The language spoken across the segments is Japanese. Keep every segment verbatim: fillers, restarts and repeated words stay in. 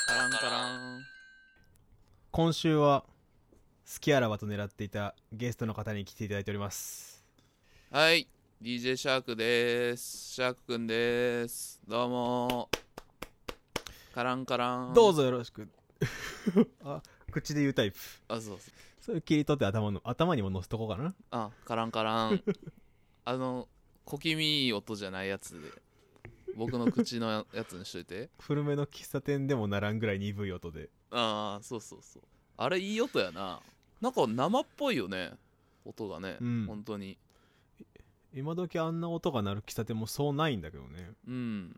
カランカラン。 今週は好きあらばと狙っていたゲストの方に来ていただいております。 はい、 ディージェー シャークです。シャークくんです。どうもカランカラン。 どうぞよろしくあ、口で言うタイプ。 あ、そうそう、 それ切り取って頭の頭にも乗せとこうかな。 あ、カランカランあの小気味いい音じゃないやつで僕の口のやつにしといて古めの喫茶店でもならんぐらい鈍い音で。 ああ、そうそうそう、あれいい音やな。なんか生っぽいよね、音がね、うん、本当に。 今時あんな音が鳴る喫茶店もそうないんだけどね。 うん、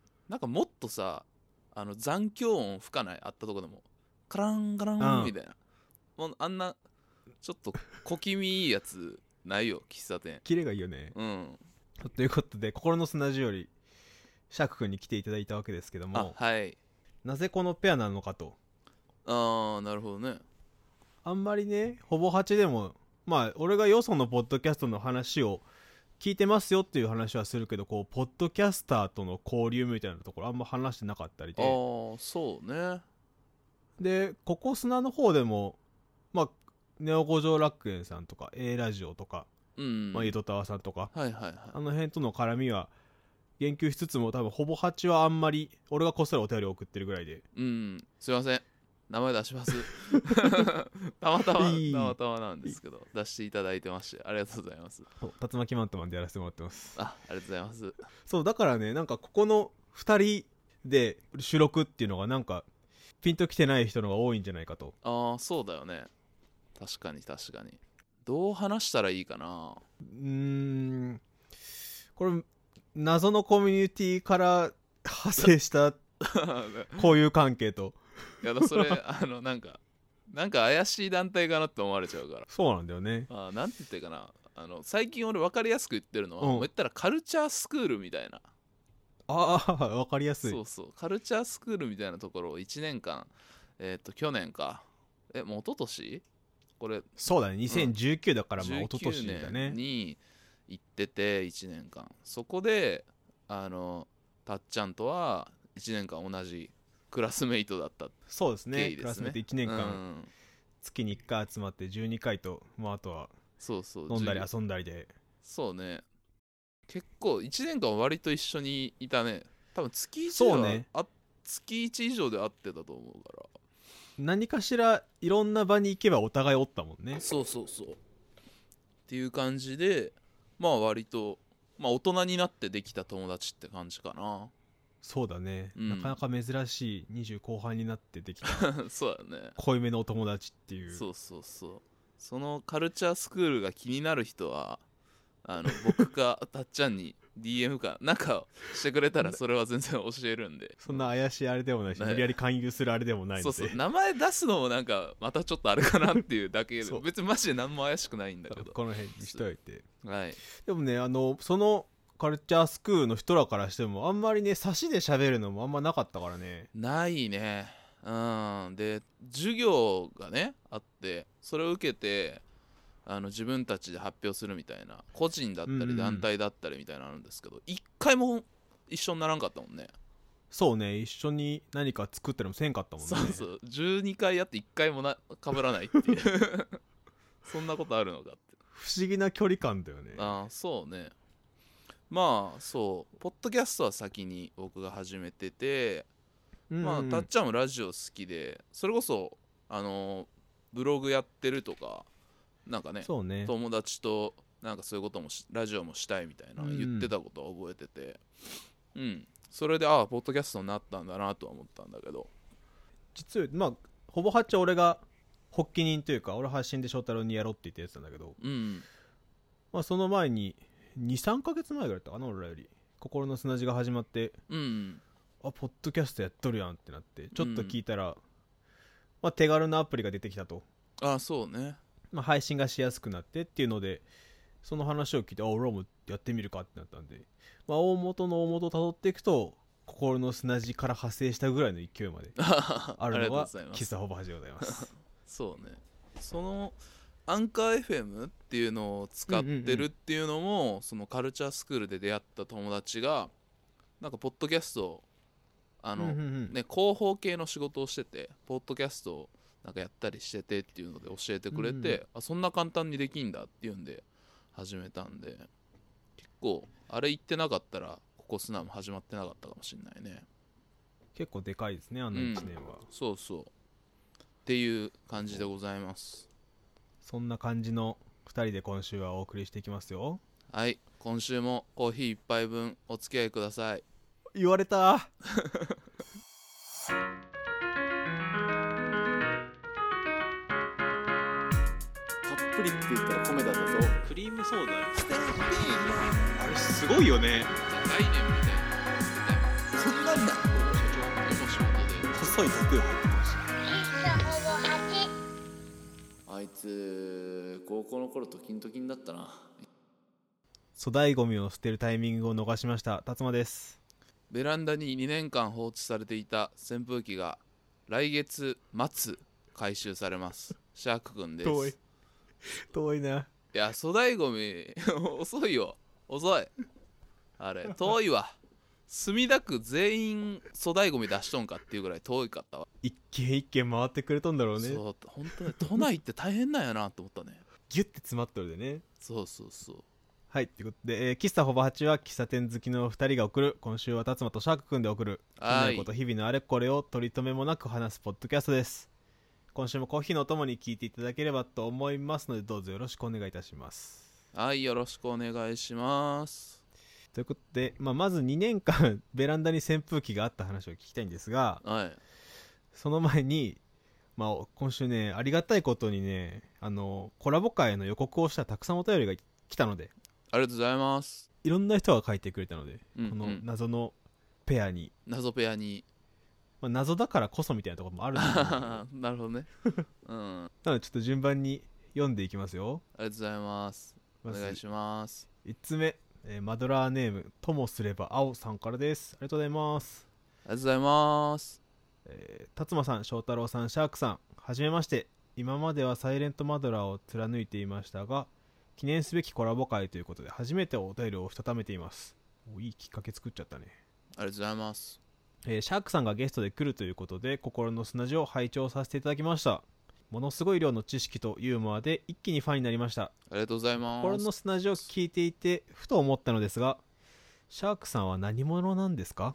なんかもっとさ、あの残響音吹かない、あったとこでもカランカランみたいな、もうあんなちょっと小気味いいやつないよ喫茶店。 キレがいいよね。 うん。 ということで心の砂地よりシャーク君に来ていただいたわけですけども、 あ、はい。 なぜこのペアなのかと。 ああ、なるほどね。 あんまりね、ほぼはちでもまあ俺がよそのポッドキャストの話を聞いてますよっていう話はするけど、こうポッドキャスターとの交流みたいなところあんま話してなかったりで、 ああ、そうね。 でここ砂の方でもまあネオ五条楽園さんとか A ラジオとか、 うん。 まあ、井戸タワさんとか、 はいはいはい。 あの辺との絡みは言及しつつも、多分ほぼはちはあんまり俺がこっそりお便りを送ってるぐらいで。 うん、すいません、名前出しますたまたまいいたまたまなんですけど出していただいてまして、ありがとうございます。 竜巻マントマンでやらせてもらってます。 あ、ありがとうございます。 そうだからね、なんかここのふたりで収録っていうのがなんかピンときてない人のが多いんじゃないかと。 ああ、そうだよね。確かに確かに。どう話したらいいかな。 うーん、これ謎のコミュニティから派生した交友関係といやだ、それあのなんかなんか怪しい団体かなって思われちゃうから。 そうなんだよね。 あ、なんて言ってるかな、あの最近俺分かりやすく言ってるのは、 うん、 もう言ったらカルチャースクールみたいな。 ああ、わかりやすい。 そうそう、カルチャースクールみたいなところをいちねんかん、えっ、ー、と去年か、えもう一昨年これ、 そうだね、にせんじゅうきゅうだから、まあ一昨じゅうきゅう年だね。 に行ってていちねんかん、そこであのたっちゃんとはいちねんかん同じクラスメイトだった経緯ですね。 そうですね、クラスメイトいちねんかん、 うん、 月にいっかい集まってじゅうにかいと、まあ、あとはそうそう飲んだり遊んだりで。 そうね、結構いちねんかん割と一緒にいたね。多分月いちは、 そうね、 あ月いち以上で会ってたと思うから。 何かしらいろんな場に行けばお互いおったもんね。 そうそうそうっていう感じで、まあ割と、まあ、大人になってできた友達って感じかな。 そうだね、 うん、 なかなか珍しいにじゅう後半になってできたそうだね、 濃いめのお友達っていう。 そうそうそう、そのカルチャースクールが気になる人はあの僕かたっちゃんに ディーエム かなんかしてくれたら、それは全然教えるんで。 そんな怪しいあれでもないし、無理やり勧誘するあれでもないので。 そうそう、名前出すのもなんかまたちょっとあれかなっていうだけで別にマジで何も怪しくないんだけど、 この辺にしといて。 はい。 でもね、あのそのカルチャースクールの人らからしてもあんまりね、差しで喋るのもあんまなかったからね。 ないね。うん。で授業がねあって、それを受けてあの自分たちで発表するみたいな、個人だったり団体だったりみたいなのあるんですけど、一、うん、回も一緒にならんかったもんね。 そうね、一緒に何か作ったりもせんかったもんね。 そうそう、じゅうにかいやっていっかいもな被らないっていうそんなことあるのかって。 不思議な距離感だよね。 ああ、そうね。まあそう、ポッドキャストは先に僕が始めてて、うんうん、まあたっちゃんもラジオ好きで、それこそあのブログやってるとかなんか ね, そうね、 友達となんかそういうこともラジオもしたいみたいな言ってたことを覚えてて、うん、うん、それでああポッドキャストになったんだなとは思ったんだけど、 実はまあほぼはっちゃ俺が発起人というか、俺発信で翔太郎にやろうって言ってやつなんだけど、 うん、 まあ、その前ににさんかげつまえぐらいだったかな、俺らより心の砂地が始まって、 うん、 あポッドキャストやっとるやんってなって、ちょっと聞いたら、うん、まあ、手軽なアプリが出てきたと。 ああそうね、 まあ、配信がしやすくなってっていうので、その話を聞いて、あ俺もやってみるかってなったんで、まあ、大元の大元をたどっていくと心の砂地から派生したぐらいの勢いまであるのが喫茶ほぼはちでございますそうね、そのアンカー エフエム っていうのを使ってるっていうのも、うんうんうん、そのカルチャースクールで出会った友達がなんかポッドキャストあの、 うんうんうんね、広報系の仕事をしててポッドキャストをなんかやったりしててっていうので教えてくれて、 うんうんあそんな簡単にできんだっていうんで始めたんで、結構あれ言ってなかったらココスナも始まってなかったかもしれないね。 結構でかいですね、あのいちねんは、 うん、そうそうっていう感じでございます。 そんな感じのふたりで今週はお送りしていきますよ。 はい、今週もコーヒー一杯分お付き合いください。 言われたたっぷりって言ったら米だったぞ。 クリームソーダステッピーあれすごいよね。 概念みたいなそんなんだ。 社長の仕事で細いタトゥー入ってましあいつ高校の頃トキントキンだったな。 粗大ゴミを捨てるタイミングを逃しました辰馬です。 ベランダににねんかん放置されていた扇風機が来月末回収されます。シャークくんです。 遠い遠いな。 いや粗大ゴミ遅いよ遅いあれ遠いわ。墨田区全員粗大ゴミ出しとんかっていうぐらい遠いかったわ。 一軒一軒回ってくれとんだろうね。 そう本当ね都内って大変なんやなと思ったね。 ギュッて詰まっとるでね。 そうそうそう。 はいということで、えー、喫茶ほぼはちは喫茶店好きのふたりが送る、今週は辰馬とシャークくんで送る気になること日々のあれこれを取り留めもなく話すポッドキャストです。今週もコーヒーのお供に聞いていただければと思いますので、どうぞよろしくお願いいたします。 はいよろしくお願いします。 ということで、まあ、まずにねんかんベランダに扇風機があった話を聞きたいんですが、 はいその前に、まあ、今週ねありがたいことにね、あのコラボ会の予告をしたたくさんお便りが来たので、 ありがとうございます。 いろんな人が書いてくれたので、 うんうんこの謎のペアに、 謎ペアにまあ、謎だからこそみたいなところもあるんですけどなるほどねうんあなのでちょっと順番に読んでいきますよ。 りがとうございます。おまず願いします。 いちつめ、えーマドラーネームともすれば青さんからです。ありがとうございます。 ありがとうございます。 えー、辰馬さん、翔太郎さん、シャークさん、はじめまして。今まではサイレントマドラーを貫いていましたが、記念すべきコラボ会ということで初めてお便りをしたためています。お、いいきっかけ作っちゃったね。 ありがとうございます。 えーシャークさんがゲストで来るということで心の砂地を拝聴させていただきました。ものすごい量の知識とユーモアで一気にファンになりました。 ありがとうございます。 心の砂地を聞いていてふと思ったのですが、シャークさんは何者なんですか？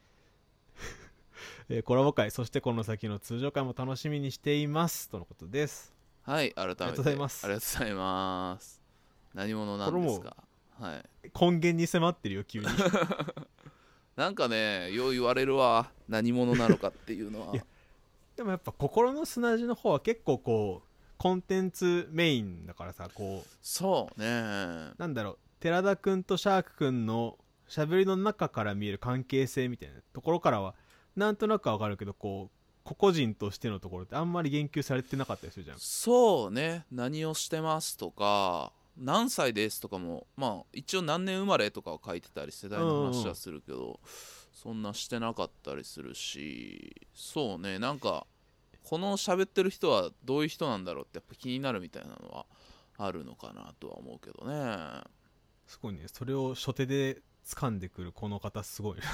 えーコラボ会、そしてこの先の通常会も楽しみにしていますとのことです。 はい改めてありがとうございますありがとうございます。何者なんですか？はい根源に迫ってるよ急に。 なんかねよう言われるわ、何者なのかっていうのは。 いやでもやっぱ心の砂地の方は結構こうコンテンツメインだからさ、こうそうねなんだろう、寺田くんとシャークくんのしゃべりの中から見える関係性みたいなところからはなんとなくわかるけど、こう個々人としてのところってあんまり言及されてなかったりするじゃん。 そうね、何をしてますとか何歳ですとかも、まあ一応何年生まれとかを書いてたり世代の話はするけど、うんうん、そんなしてなかったりするし、そうね、なんかこの喋ってる人はどういう人なんだろうってやっぱ気になるみたいなのはあるのかなとは思うけどね。 すごいね、それを初手で掴んでくるこの方すごいね。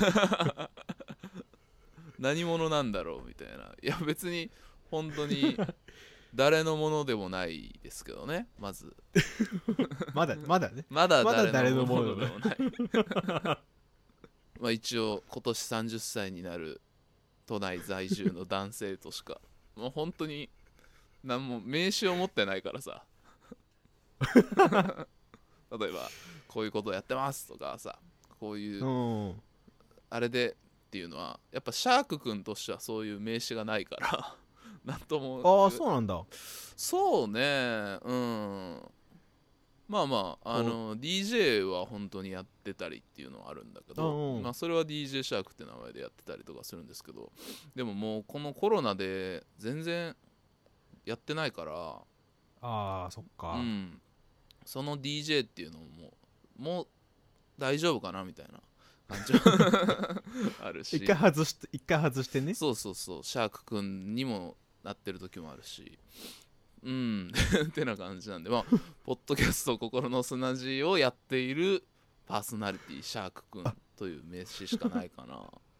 何者なんだろうみたいな。いや別に本当に誰のものでもないですけどね。まずまだまだねまだ誰のものでもない。まあ一応今年さんじゅっさいになる都内在住の男性としかもう本当に何も名刺を持ってないからさ。例えばこういうことをやってますとかさ、こういう、 うん、 あれでっていうのはやっぱシャーク君としてはそういう名刺がないからなんとも。 ああそうなんだ。 そうね、うんまあまああの ディージェー は本当にやってたりっていうのはあるんだけど、 うんうん、 まあそれは ディージェー シャークって名前でやってたりとかするんですけど、でももうこのコロナで全然やってないから、 ああそっか、 うん、その ディージェー っていうのももう大丈夫かなみたいな感じあるし、 一回外して一回外してね。 そうそうそう、シャークくんにもなってる時もあるし、うんってな感じなんで、まあポッドキャスト心の砂地をやっているパーソナリティシャークくんという名詞しかないかな。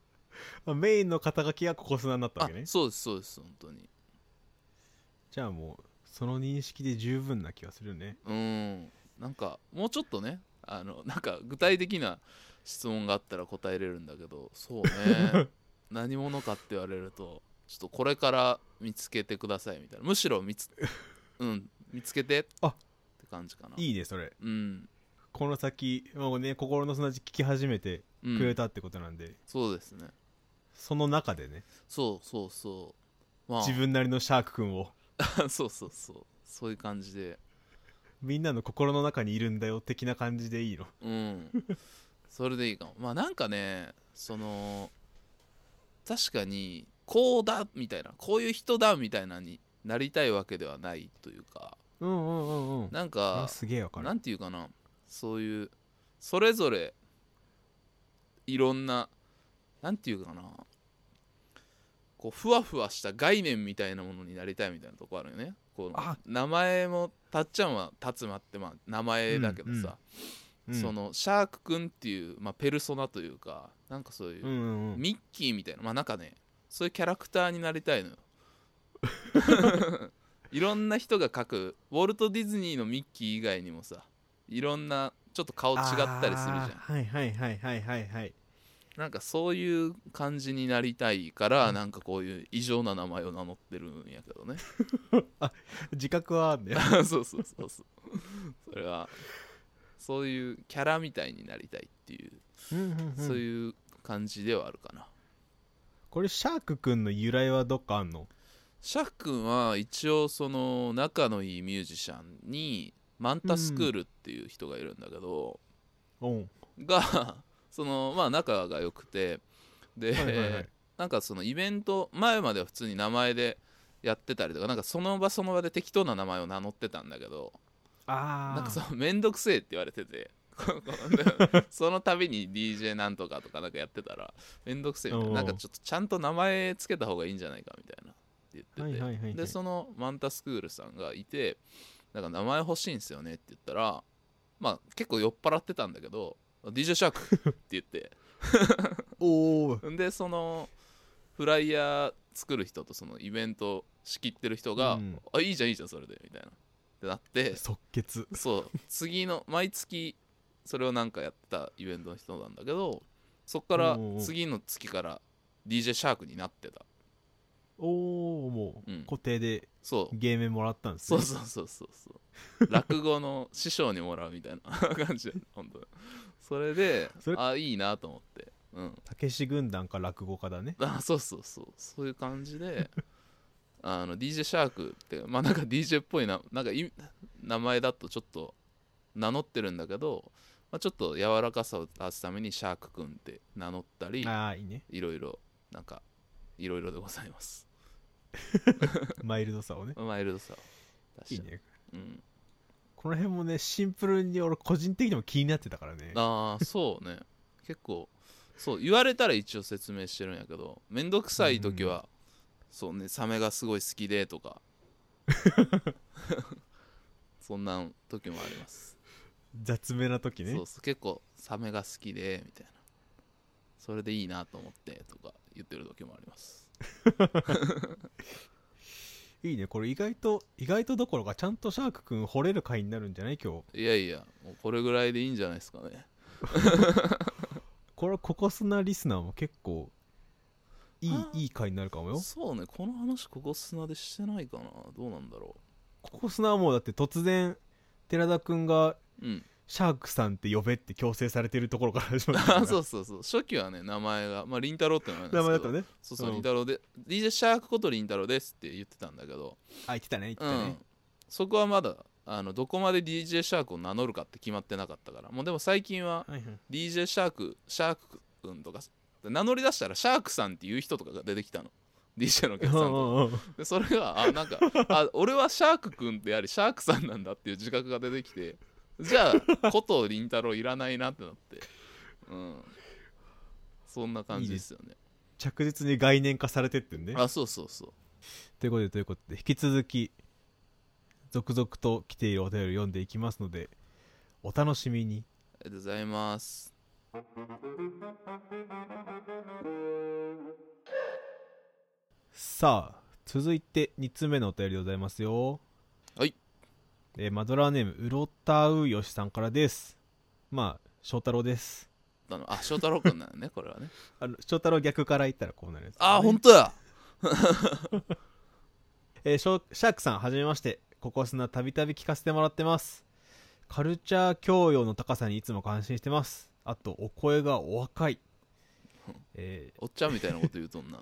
メインの肩書きがココスナになったわあけね。 そうですそうです本当に。 じゃあもうその認識で十分な気がするね。 うんなんかもうちょっとねあのなんか具体的な質問があったら答えれるんだけど、そうね何者かって言われるとちょっとこれから見つけてくださいみたいな、むしろ見つうん見つけてってあ感じかな。 いいねそれ。 うんこの先もうね心の砂地聞き始めてうんくれたってことなんで、 そうですねその中でねそうそうそうまあ自分なりのシャーク君をそうそうそうそういう感じでみんなの心の中にいるんだよ的な感じでいいの。 うんそれでいいかも。まあなんかねその確かにこうだみたいなこういう人だみたいなになりたいわけではないというか、 うんうんうんうん。 なんあかすげえわかる。 なんていうかな、そういうそれぞれいろんななんていうかなこうふわふわした概念みたいなものになりたいみたいなとこあるよね。こうあ名前もたっちゃんは達馬ってまあ名前だけどさ、 うんそのシャークくんっていう、まあ、ペルソナというかなんかそういう、 うんうんうん、 ミッキーみたいなまあなんかねそういうキャラクターになりたいのよいろんな人が描くウォルト・ディズニーのミッキー以外にもさいろんなちょっと顔違ったりするじゃん。 あーはいはいはいはいはいはい。 なんかそういう感じになりたいからなんかこういう異常な名前を名乗ってるんやけどね自覚はあんね。 そうそうそうそうそれはそういうキャラみたいになりたいっていう、 うんうんうん、 そういう感じではあるかな。 これシャークくんの由来はどっかあんの？ シャーク君は一応その仲のいいミュージシャンにマンタスクールっていう人がいるんだけど、 うん、 がそのまあ仲が良くてで、 はいはいはい、 なんかそのイベント前までは普通に名前でやってたりとかなんかその場その場で適当な名前を名乗ってたんだけど、 あなんかそのめんどくせえって言われててその度に ディージェー なんとかとかなんかやってたらめんどくせえみたいな、なんかちょっとちゃんと名前つけた方がいいんじゃないかみたいなって言ってて、 はいはいはいはい、 でそのマンタスクールさんがいてなんか名前欲しいんすよねって言ったらまあ結構酔っ払ってたんだけど ディージェー シャークって言っておおでそのフライヤー作る人とそのイベント仕切ってる人が、うん、あいいじゃんいいじゃんそれでみたいなってなって即決そう次の毎月それをなんかやったイベントの人なんだけどそっから次の月から ディージェー シャークになってた。 おおもう固定でゲームもらったんですね。そうそうそうそうそう落語の師匠にもらうみたいな感じで本当それでそれあいいなと思ってたけし軍団か落語家だね。 あそうそうそうそういう感じであの ディージェー シャークってまあなんか ディージェー っぽいななんかい名前だとちょっと名乗ってるんだけど、まあ、ちょっと柔らかさを出すためにシャークくんって名乗ったりあいいねいろいろなんかいろいろでございますマイルドさをねマイルドさを出していいね、 うん、 この辺もねシンプルに俺個人的にも気になってたからね。 ああそうね結構そう言われたら一応説明してるんやけどめんどくさい時は、うん、そうねサメがすごい好きでとかそんな時もあります。 雑めな時ね。 そうそう結構サメが好きでみたいなそれでいいなと思ってとか言ってる時もありますいいねこれ意外と意外とどころかちゃんとシャークくん惚れる回になるんじゃない今日。いやいやもうこれぐらいでいいんじゃないですかねこれココスナリスナーも結構いいいい回になるかもよ。 そうねこの話ココスナでしてないかなどうなんだろう。ココスナはもうだって突然寺田くんが、 うんシャークさんって呼べって強制されてるところから始まったあそうそうそう初期はね名前がまありんたろーって名前なんですけど名前だったね。 そうそう、うん、りんたろーで ディージェー シャークことりんたろーですって言ってたんだけどあ言ってたね言ってたね、うん、 そこはまだあのどこまで ディージェー シャークを名乗るかって決まってなかったからもうでも最近は ディージェー シャークシャークくんとか名乗り出したらシャークさんっていう人とかが出てきたの ディージェー のお客さんとでそれがあなんかあ俺はシャークくんでありシャークさんなんだっていう自覚が出てきてじゃあことりんたろーいらないなってなって、うん、そんな感じですよね。いいね着実に概念化されてってんね。 あそうそうそうということでということで引き続き続々と来ているお便りを読んでいきますのでお楽しみに。 ありがとうございます。 さあ続いてにつ目のお便りでございますよ。 はい、 えーマドラーネームうろたうよしさんからです。まあ翔太郎です。 あのあ翔太郎くんなのねこれはね。 あの翔太郎逆から言ったらこうなるやつ、ね、 あ本当や。 えー、ショシャークさんはじめまして。ここ砂たびたび聞かせてもらってます。カルチャー教養の高さにいつも感心してます。あとお声がお若い、えー、 おっちゃんみたいなこと言うとんな。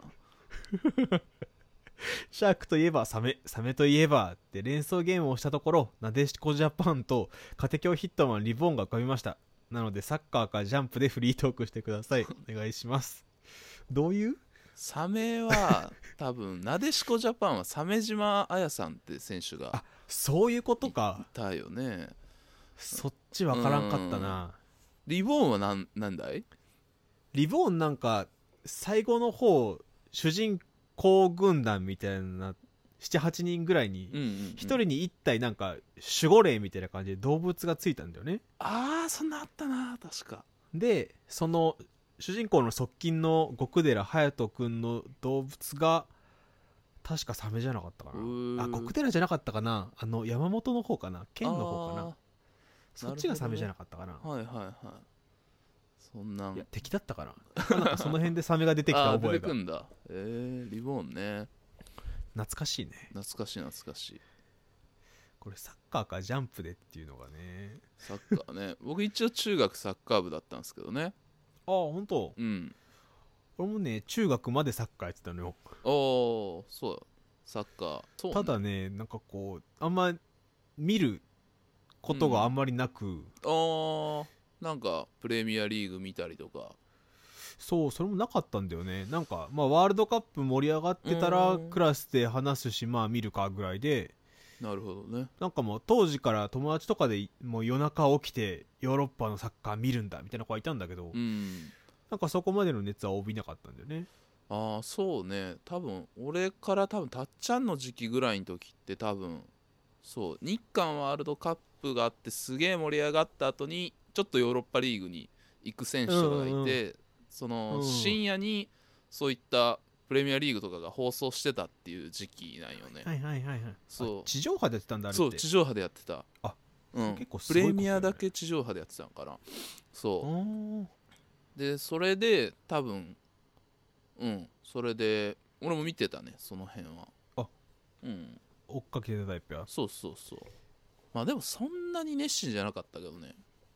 シャークといえばサメ、サメといえばって連想ゲームをしたところ、なでしこジャパンと家庭教ヒットマンリボーンが浮かびました。なのでサッカーかジャンプでフリートークしてください。お願いします。どういう？ サメは多分なでしこジャパンは鮫島彩さんって選手があ、そういうことか。 いたよね。 そっちわからんかったな。 リボーンは何なんだい？ リボーンなんか最後の方主人公軍団みたいなななはちにんぐらいにうんうんうんひとりにいち体なんか守護霊みたいな感じで動物がついたんだよね。 ああそんなあったな確か。 でその主人公の側近の極寺隼人君の動物が確かサメじゃなかったかうなーあ極寺じゃなかったかなあの山本の方かな県の方かなあそっちがサメじゃなかったかな、 ーはいはいはいそんなんいや敵だったかななんかその辺でサメが出てきたあー出て覚えがくんだ。えー、リボーンね懐かしいね。 懐かしい懐かしい。 これサッカーかジャンプでっていうのがね。 サッカーね僕一応中学サッカー部だったんですけどね。 ああ本当。 うん俺もね中学までサッカーやってたのよ。 おーそうサッカーそう、ね、 ただねなんかこうあんま見ることがあんまりなく、 うん、あーなんかプレミアリーグ見たりとか。 そうそれもなかったんだよね。なんかまあワールドカップ盛り上がってたらうんクラスで話すしまあ見るかぐらいで、 なるほどね。 なんかもう当時から友達とかでもう夜中起きてヨーロッパのサッカー見るんだみたいな子がいたんだけど、 うんなんかそこまでの熱は帯びなかったんだよね。 ああそうね多分俺から多分たっちゃんの時期ぐらいの時って多分そう日韓ワールドカップがあってすげえ盛り上がった後にちょっとヨーロッパリーグに行く選手とかがいて、 うんうんそのうん深夜にそういったプレミアリーグとかが放送してたっていう時期なんよね。 はいはいはいはい。 そうあ地上波でやってたんだあれって。 そう地上波でやってた。 あうん結構すごいことだよねプレミアだけ地上波でやってたのかな。そうおーでそれで多分うんそれで俺も見てたねその辺は。 あうん追っかけてたタイプや。 そうそうそうまあでもそんなに熱心じゃなかったけどね。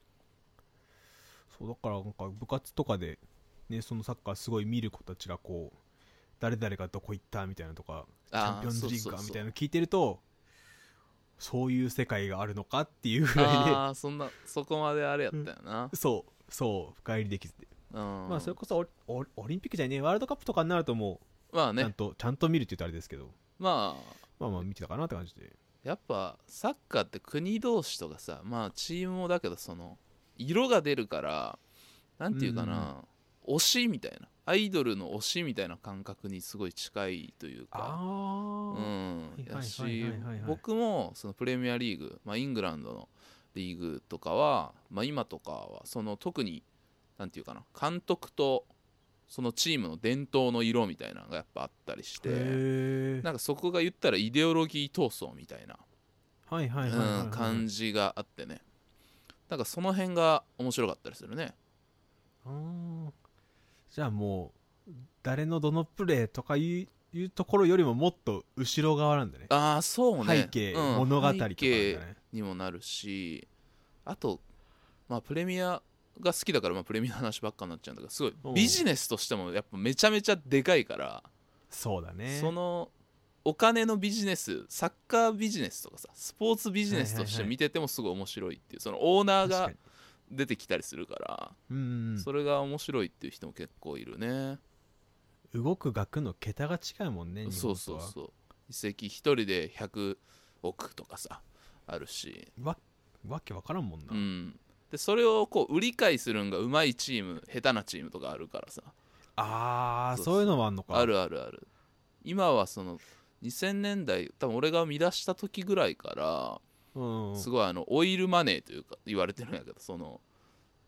そうだからなんか部活とかでねそのサッカーすごい見る子たちがこう誰々がどこ行ったみたいなとかチャンピオンズリーグかみたいなの聞いてるとそういう世界があるのかっていうぐらいでああそんなそこまであれやったよな。 そうそう深入りできずで、 うんまあそれこそオリオリンピックじゃねえワールドカップとかになるともまあうちゃんねとちゃんと見るって言うとあれですけど、 まあまあまあ見てたかなって感じで。 やっぱサッカーって国同士とかさまあチームもだけどその色が出るからなんていうかな、推しみたいなアイドルの推しみたいな感覚にすごい近いというかあうあ、 んはいやしはいはいはいはい僕もそのプレミアリーグ、まあ、イングランドのリーグとかは、まあ、今とかはその特になんていうかな監督とそのチームの伝統の色みたいなのがやっぱあったりしてへなんかそこが言ったらイデオロギー闘争みたいなはいはいはいはいはい、 うん感じがあってねなんかその辺が面白かったりするね。 あーじゃあもう誰のどのプレーとかいう、いうところよりももっと後ろ側なんだね。 ああそうね背景、 うん物語とかなんだ背景ね。 にもなるしあとまあプレミアが好きだから、まあ、プレミアの話ばっかになっちゃうんだけどすごいうんビジネスとしてもやっぱめちゃめちゃでかいからそうだね。 そのお金のビジネスサッカービジネスとかさスポーツビジネスとして見ててもすごい面白いっていうそのオーナーが確かに出てきたりするからうんうんそれが面白いっていう人も結構いるね。 動く額の桁が違うもんね。日そう本とはそうそう移籍一人でひゃくおくとかさあるしわわけわからんもんな。 うんでそれをこう売り買いするんがうまいチーム下手なチームとかあるからさああそうそうそういうのもあんのか。 あるあるある今はそのにせんねんだい多分俺が見出した時ぐらいからうんうん、 すごいあのオイルマネーというか言われてるんやけどその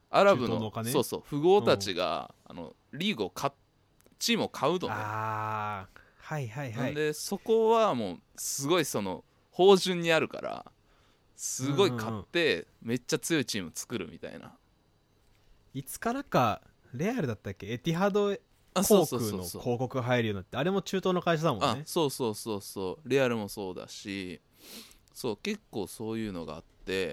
アラブの中東のお金そうそう富豪たちが、あのリーグを買っチームを買うのね。 ああはいはいはい。 なんでそこはもうすごいその芳醇にあるからすごい買ってめっちゃ強いチーム作るみたいな。 いつからかレアルだったっけ、エティハドあそう航空のそうそうそう広告入るようになって、あれも中東の会社だもんあね。 そうそうそうそうレアルもそうだし、そう結構そういうのがあって、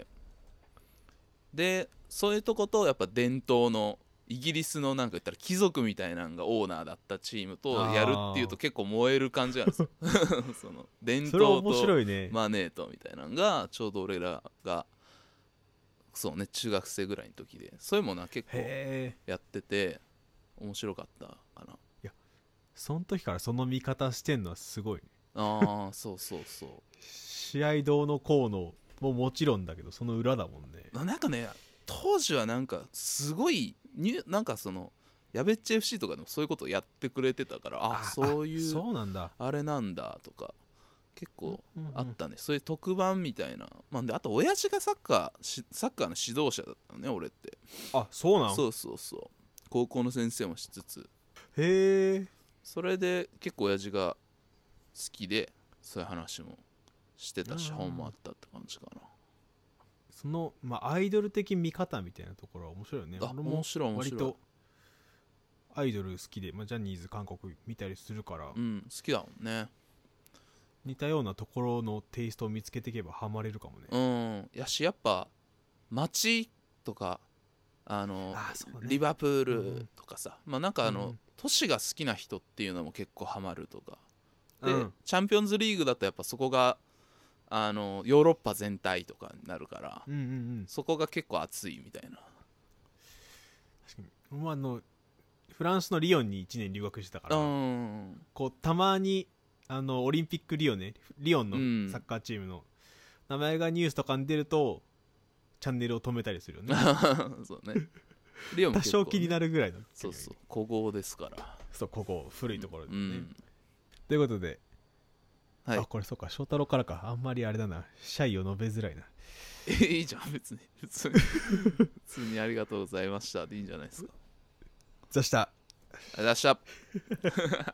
でそういうとことやっぱ伝統のイギリスのなんか言ったら貴族みたいなのがオーナーだったチームとやるっていうと結構燃える感じなんですよその伝それ面統と白いね。 マネートみたいなのがちょうど俺らがそうね中学生ぐらいの時でそういうものは結構へえ。 やってて面白かったかな。 その時からその見方してんのはすごいね。 ああそうそうそう試合堂の効能ももちろんだけどその裏だもんね。 ななんかね当時はなんかすごいになんかそのやべっち エフシー とかでもそういうことをやってくれてたからあそういうそうなんだ。 あれなんだとか結構うんうんあったね、そういう特番みたいな、まあ、であと親父がサッカーしサッカーの指導者だったのね俺って。 あそうなん。 そうそうそう高校の先生もしつつへえ。 それで結構親父が好きでそういう話もしてたしうん本もあったって感じかな。 その、まあ、アイドル的見方みたいなところは面白いよね。 あ俺も面白い面白い割とアイドル好きで、まあ、ジャニーズ韓国見たりするから、 うん好きだもんね。 似たようなところのテイストを見つけていけばハマれるかもね。 うんやしやっぱ街とかあのあそうねリバプールとかさ、まあなんかあの、 うん都市が好きな人っていうのも結構ハマるとかで、 うんチャンピオンズリーグだとやっぱそこがあのヨーロッパ全体とかになるから、 うんうんうんそこが結構熱いみたいな。 確かに俺もあのフランスのリヨンにいちねん留学してたから、 うんこうたまにあのオリンピックリヨンねリヨンのうんサッカーチームの名前がニュースとかに出るとチャンネルを止めたりするよねそうねリオも多結構ね少気になるぐらいのそうそう古豪ですからそうここ古いところでうね、 んということで、 はいあこれそうか翔太郎からかあんまりあれだなシャイを述べづらいな。 えいいじゃん別に普通に普通にありがとうございましたでいいんじゃないですか。 ざしたありがとうございました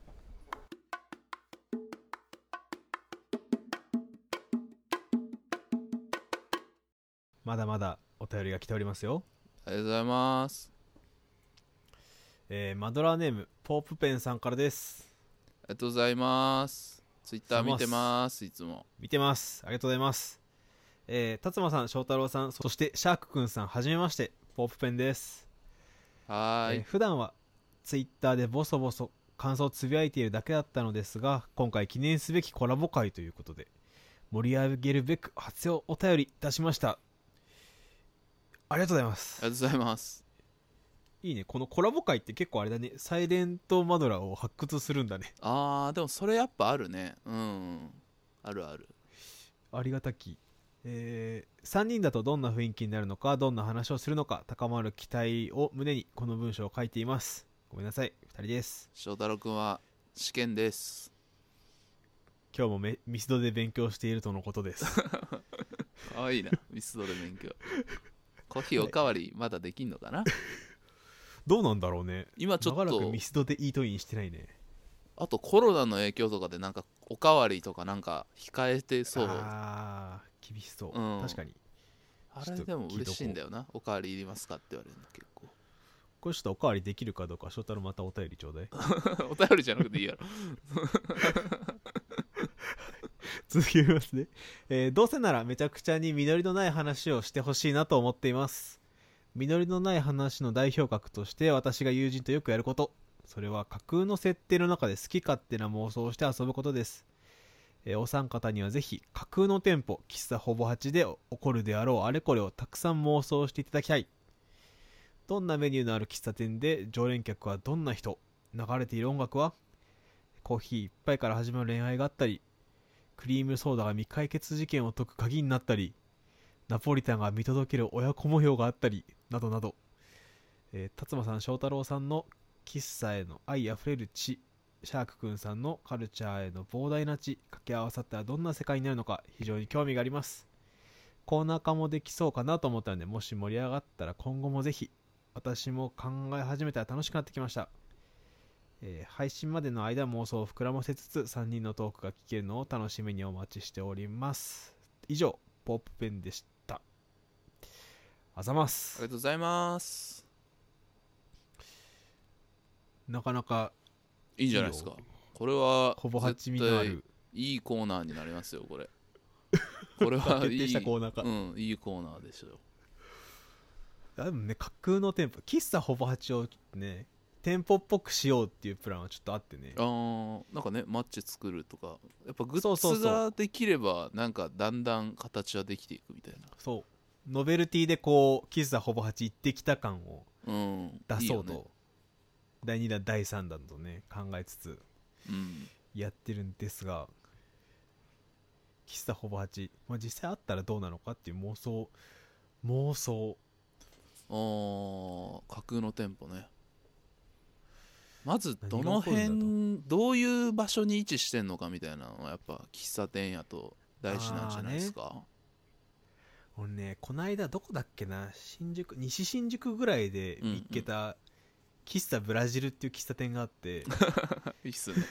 まだまだお便りが来ておりますよ。 ありがとうございますえー、マドラーネームポープペンさんからです。 ありがとうございますツイッター見てますいつも。 見てます。ありがとうございます。えー、達馬さん翔太郎さんそしてシャークくんさんはじめまして、ポープペンです。 はーい、 えー普段はツイッターでボソボソ感想をつぶやいているだけだったのですが、今回記念すべきコラボ会ということで盛り上げるべく初お便りいたしました。ありがとうございます。 ありがとうございますいいね、このコラボ会って結構あれだね、サイレントマドラーを発掘するんだね。 あーでもそれやっぱあるねうんあるある。 ありがたき。えー、さんにんだとどんな雰囲気になるのか、どんな話をするのか高まる期待を胸にこの文章を書いています。ごめんなさい、ふたりです。 翔太郎くんは試験です。 今日もめミスドで勉強しているとのことです。 かわいいなミスドで勉強コーヒーおかわりまだできんのかなどうなんだろうね。 今ちょっ長らくとミスドでイートインしてないね。 あとコロナの影響とかでなんかおかわりとかなんか控えてそう。 ああ厳しそう、 うん確かに。 あれでも嬉しいんだよな。おかわりいりますかって言われるの結構これちょっとおかわりできるかどうか翔太郎またお便りちょうだい。 お便りじゃなくていいやろ続きますね、えーどうせならめちゃくちゃに実りのない話をしてほしいなと思っています。実りのない話の代表格として私が友人とよくやること、それは架空の設定の中で好き勝手な妄想をして遊ぶことです。えーお三方にはぜひ架空の店舗喫茶ほぼはちで起こるであろうあれこれをたくさん妄想していただきたい。どんなメニューのある喫茶店で常連客はどんな人、流れている音楽は、コーヒー一杯から始まる恋愛があったり、クリームソーダが未解決事件を解く鍵になったり、ナポリタンが見届ける親子模様があったりなどなど、えー、辰馬さん翔太郎さんの喫茶への愛あふれる知、シャークくんさんのカルチャーへの膨大な知、掛け合わさったらどんな世界になるのか非常に興味があります。 コーナー化もできそうかなと思ったんで、もし盛り上がったら今後もぜひ。私も考え始めたら楽しくなってきました。えー配信までの間妄想を膨らませつつさんにんのトークが聞けるのを楽しみにお待ちしております。以上ポップペンでした。あざまあす。 りがとうございます。 なかなかいいんじゃないですか。 いいよこれはほぼ八味のあるいいコーナーになりますよこれ。これはいい決定したコーナーか。 うんいいコーナーでしょ。 でもね、架空の店舗、喫茶ほぼ八をね店舗っぽくしようっていうプランはちょっとあってね。 あーなんかねマッチ作るとかやっぱグそうそうそうッズができればなんかだんだん形はできていくみたいそうノベルティでこう喫茶ほぼ八行ってきた感をな。うん出そうといいよね。 だいにだんだいさんだんとね考えつつうんやってるんですが、喫茶ほぼ八、まあ、実際あったらどうなのかっていう妄想妄想あー架空の店舗ね。まずどの何が起こるん辺どういう場所に位置してんのかみたいなのはやっぱ喫茶店やと大事なんじゃないですか。 俺ねこないだどこだっけな、新宿西新宿ぐらいで見っけた喫茶ブラジルっていう喫茶店があっていいっすね、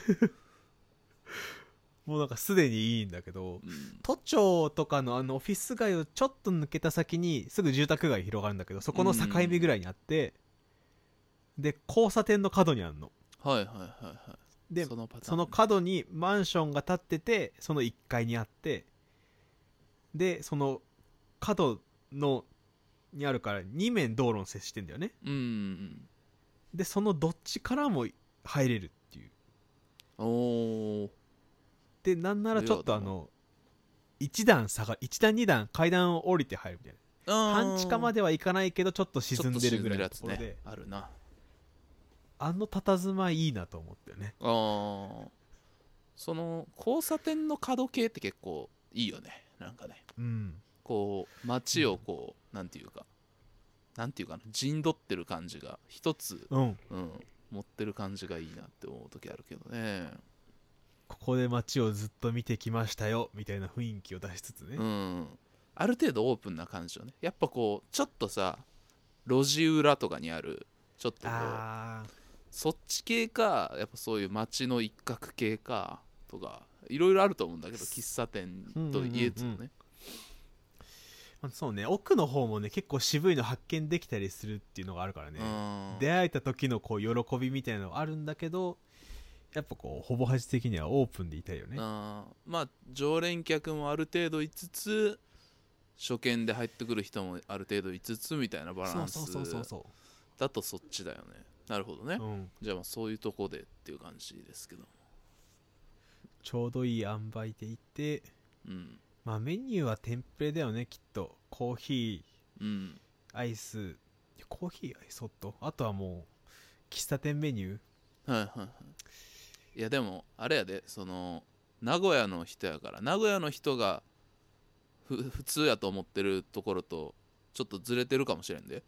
もうなんかすでにいいんだけど、 うん都庁とかのあのオフィス街をちょっと抜けた先にすぐ住宅街広がるんだけど、そこの境目ぐらいにあって、で交差点の角にあるのはいはいはいはいでそのパターンその角にマンションが建っててそのいっかいにあって、でその角のにあるからに面道路に接してんだよね。 うんうんでそのどっちからも入れるっていう。 うんおーでなんならちょっとあのいち段下がいち段に段階段を降りて入るみたいな、半地下までではいかないけどちょっと沈んでるぐらいのところで、 ね、あるな。 あの佇まいいいなと思ってね。 あーその交差点の角系って結構いいよね。なんかねうんこう街をこうなんていうかなんていうかな陣取ってる感じが一つ、 うんうん、持ってる感じがいいなって思う時あるけどね。 ここで街をずっと見てきましたよみたいな雰囲気を出しつつね、 うんある程度オープンな感じをね。やっぱこうちょっとさ路地裏とかにあるちょっとこうあそっち系かやっぱそういう街の一角系かとかいろいろあると思うんだけど、喫茶店といえずね、 あそうね、奥の方もね結構渋いの発見できたりするっていうのがあるからね、 うん出会えた時のこう喜びみたいなのがあるんだけど、やっぱこうほぼはじ的にはオープンでいたいよね。 あーまあ常連客もある程度いつつ初見で入ってくる人もある程度いつつみたいなバランスそうそうそうそうだとそっちだよね。なるほどね、 そう、うん、 じゃあまあそういうとこでっていう感じですけど、 ちょうどいい塩梅でいて、 うんまあメニューはテンプレだよねきっと。コーヒうんーアイス、コーヒーアイスホット、あとはもう喫茶店メニュー。 はいはいはい。いやでもあれやで、その名古屋の人やから名古屋の人がふ普通やと思ってるところとちょっとずれてるかもしれんで。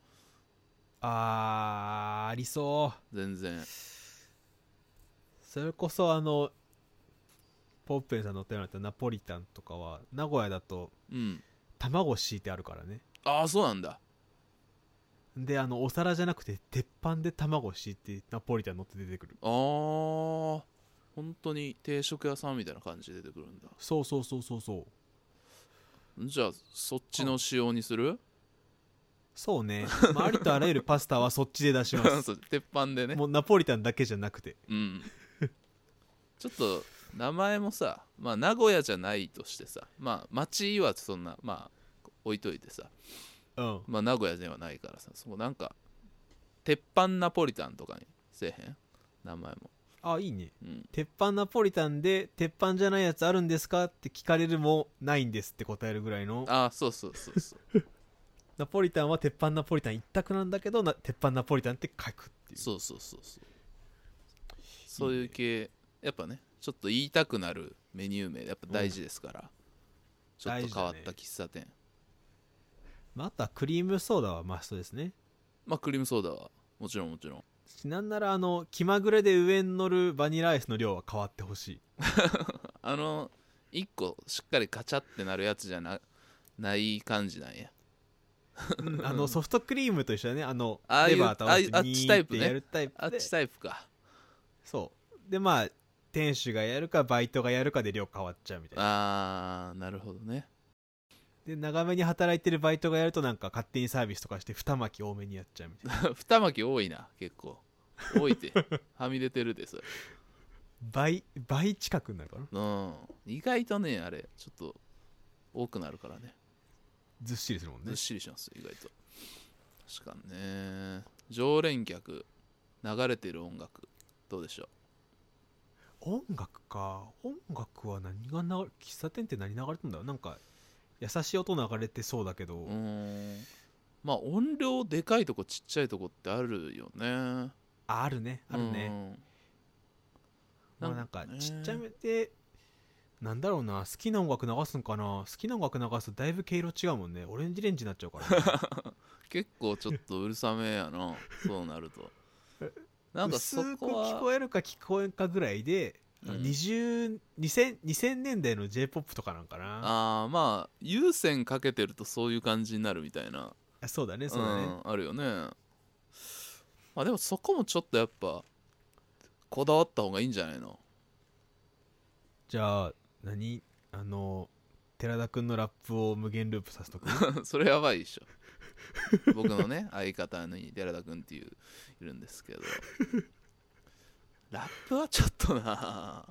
あーありそう全然それこそあのポッペンさんのお手紙だったナポリタンとかは名古屋だとうん卵敷いてあるからね。 ああそうなんだ。 であのお皿じゃなくて鉄板で卵敷いてナポリタン乗って出てくる。 あー本当に定食屋さんみたいな感じで出てくるんだ。 そうそうそうそうそうじゃあそっちの仕様にする？ そうね、まあ、ありとあらゆるパスタはそっちで出しますそう鉄板でね。 もうナポリタンだけじゃなくて。 うんちょっと名前もさ、まあ名古屋じゃないとしてさ、まあ町はそんなまあ置いといてさ、 うんまあ名古屋ではないからさ、そこなんか鉄板ナポリタンとかにせえへん？名前も。 あいいね。 うん鉄板ナポリタンで鉄板じゃないやつあるんですかって聞かれるもないんですって答えるぐらいの。 あそうそうそうそうナポリタンは鉄板ナポリタン一択なんだけどな鉄板ナポリタンって書くっていう。 そうそうそうそうそういう系やっぱねちょっと言いたくなるメニュー名やっぱ大事ですから、ちょっと変わった喫茶店、 まあ、あとはクリームソーダはマストですね。 まあクリームソーダはもちろんもちろんなんならあの気まぐれで上に乗るバニラアイスの量は変わってほしい。 あのいっこしっかりカチャってなるやつじゃなない感じなんや。 うんあのソフトクリームと一緒だね。あのああいうレバー倒してあああっニーってちタイプねやるタイプで、 あっちタイプか。 そうでまあ店主がやるかバイトがやるかで量変わっちゃうみたいな。 ああなるほどね。 で長めに働いてるバイトがやるとなんか勝手にサービスとかして二巻き多めにやっちゃうみたいな。 二巻き多いな結構。多いてはみ出てるでそれ。 倍倍近くになるかな。 うん意外とねあれちょっと多くなるからね。 ずっしりするもんねずっ。しりします意外と。確かにね。常連客流れてる音楽どうでしょ音楽か。音楽は何がな喫茶店って何流れてんだろう。なんか優しい音流れてそうだけど、 う。うーんまあ音量でかいとこちっちゃいとこってあるよね。 ああるねあるね。 うんまあなんかねちっちゃめでなんだろうな、好きな音楽流すんかな。好きな音楽流すとだいぶ毛色違うもんね。オレンジレンジになっちゃうから、ね、 結構ちょっとうるさめやなそうなると。なんかそ薄くこは聞こえるか聞こえんかぐらいで、 うんにじゅう にせん, にせんねんだいの J-ポップ とかなんかな。 ああまあ有線かけてるとそういう感じになるみたいな。 あそうだねそうだね、 ん、あるよね。まあでもそこもちょっとやっぱこだわった方がいいんじゃないの。 じゃあ何あの寺田くんのラップを無限ループさせとくそれやばいでしょ。僕のね相方に寺田くんっていういるんですけどラップはちょっとな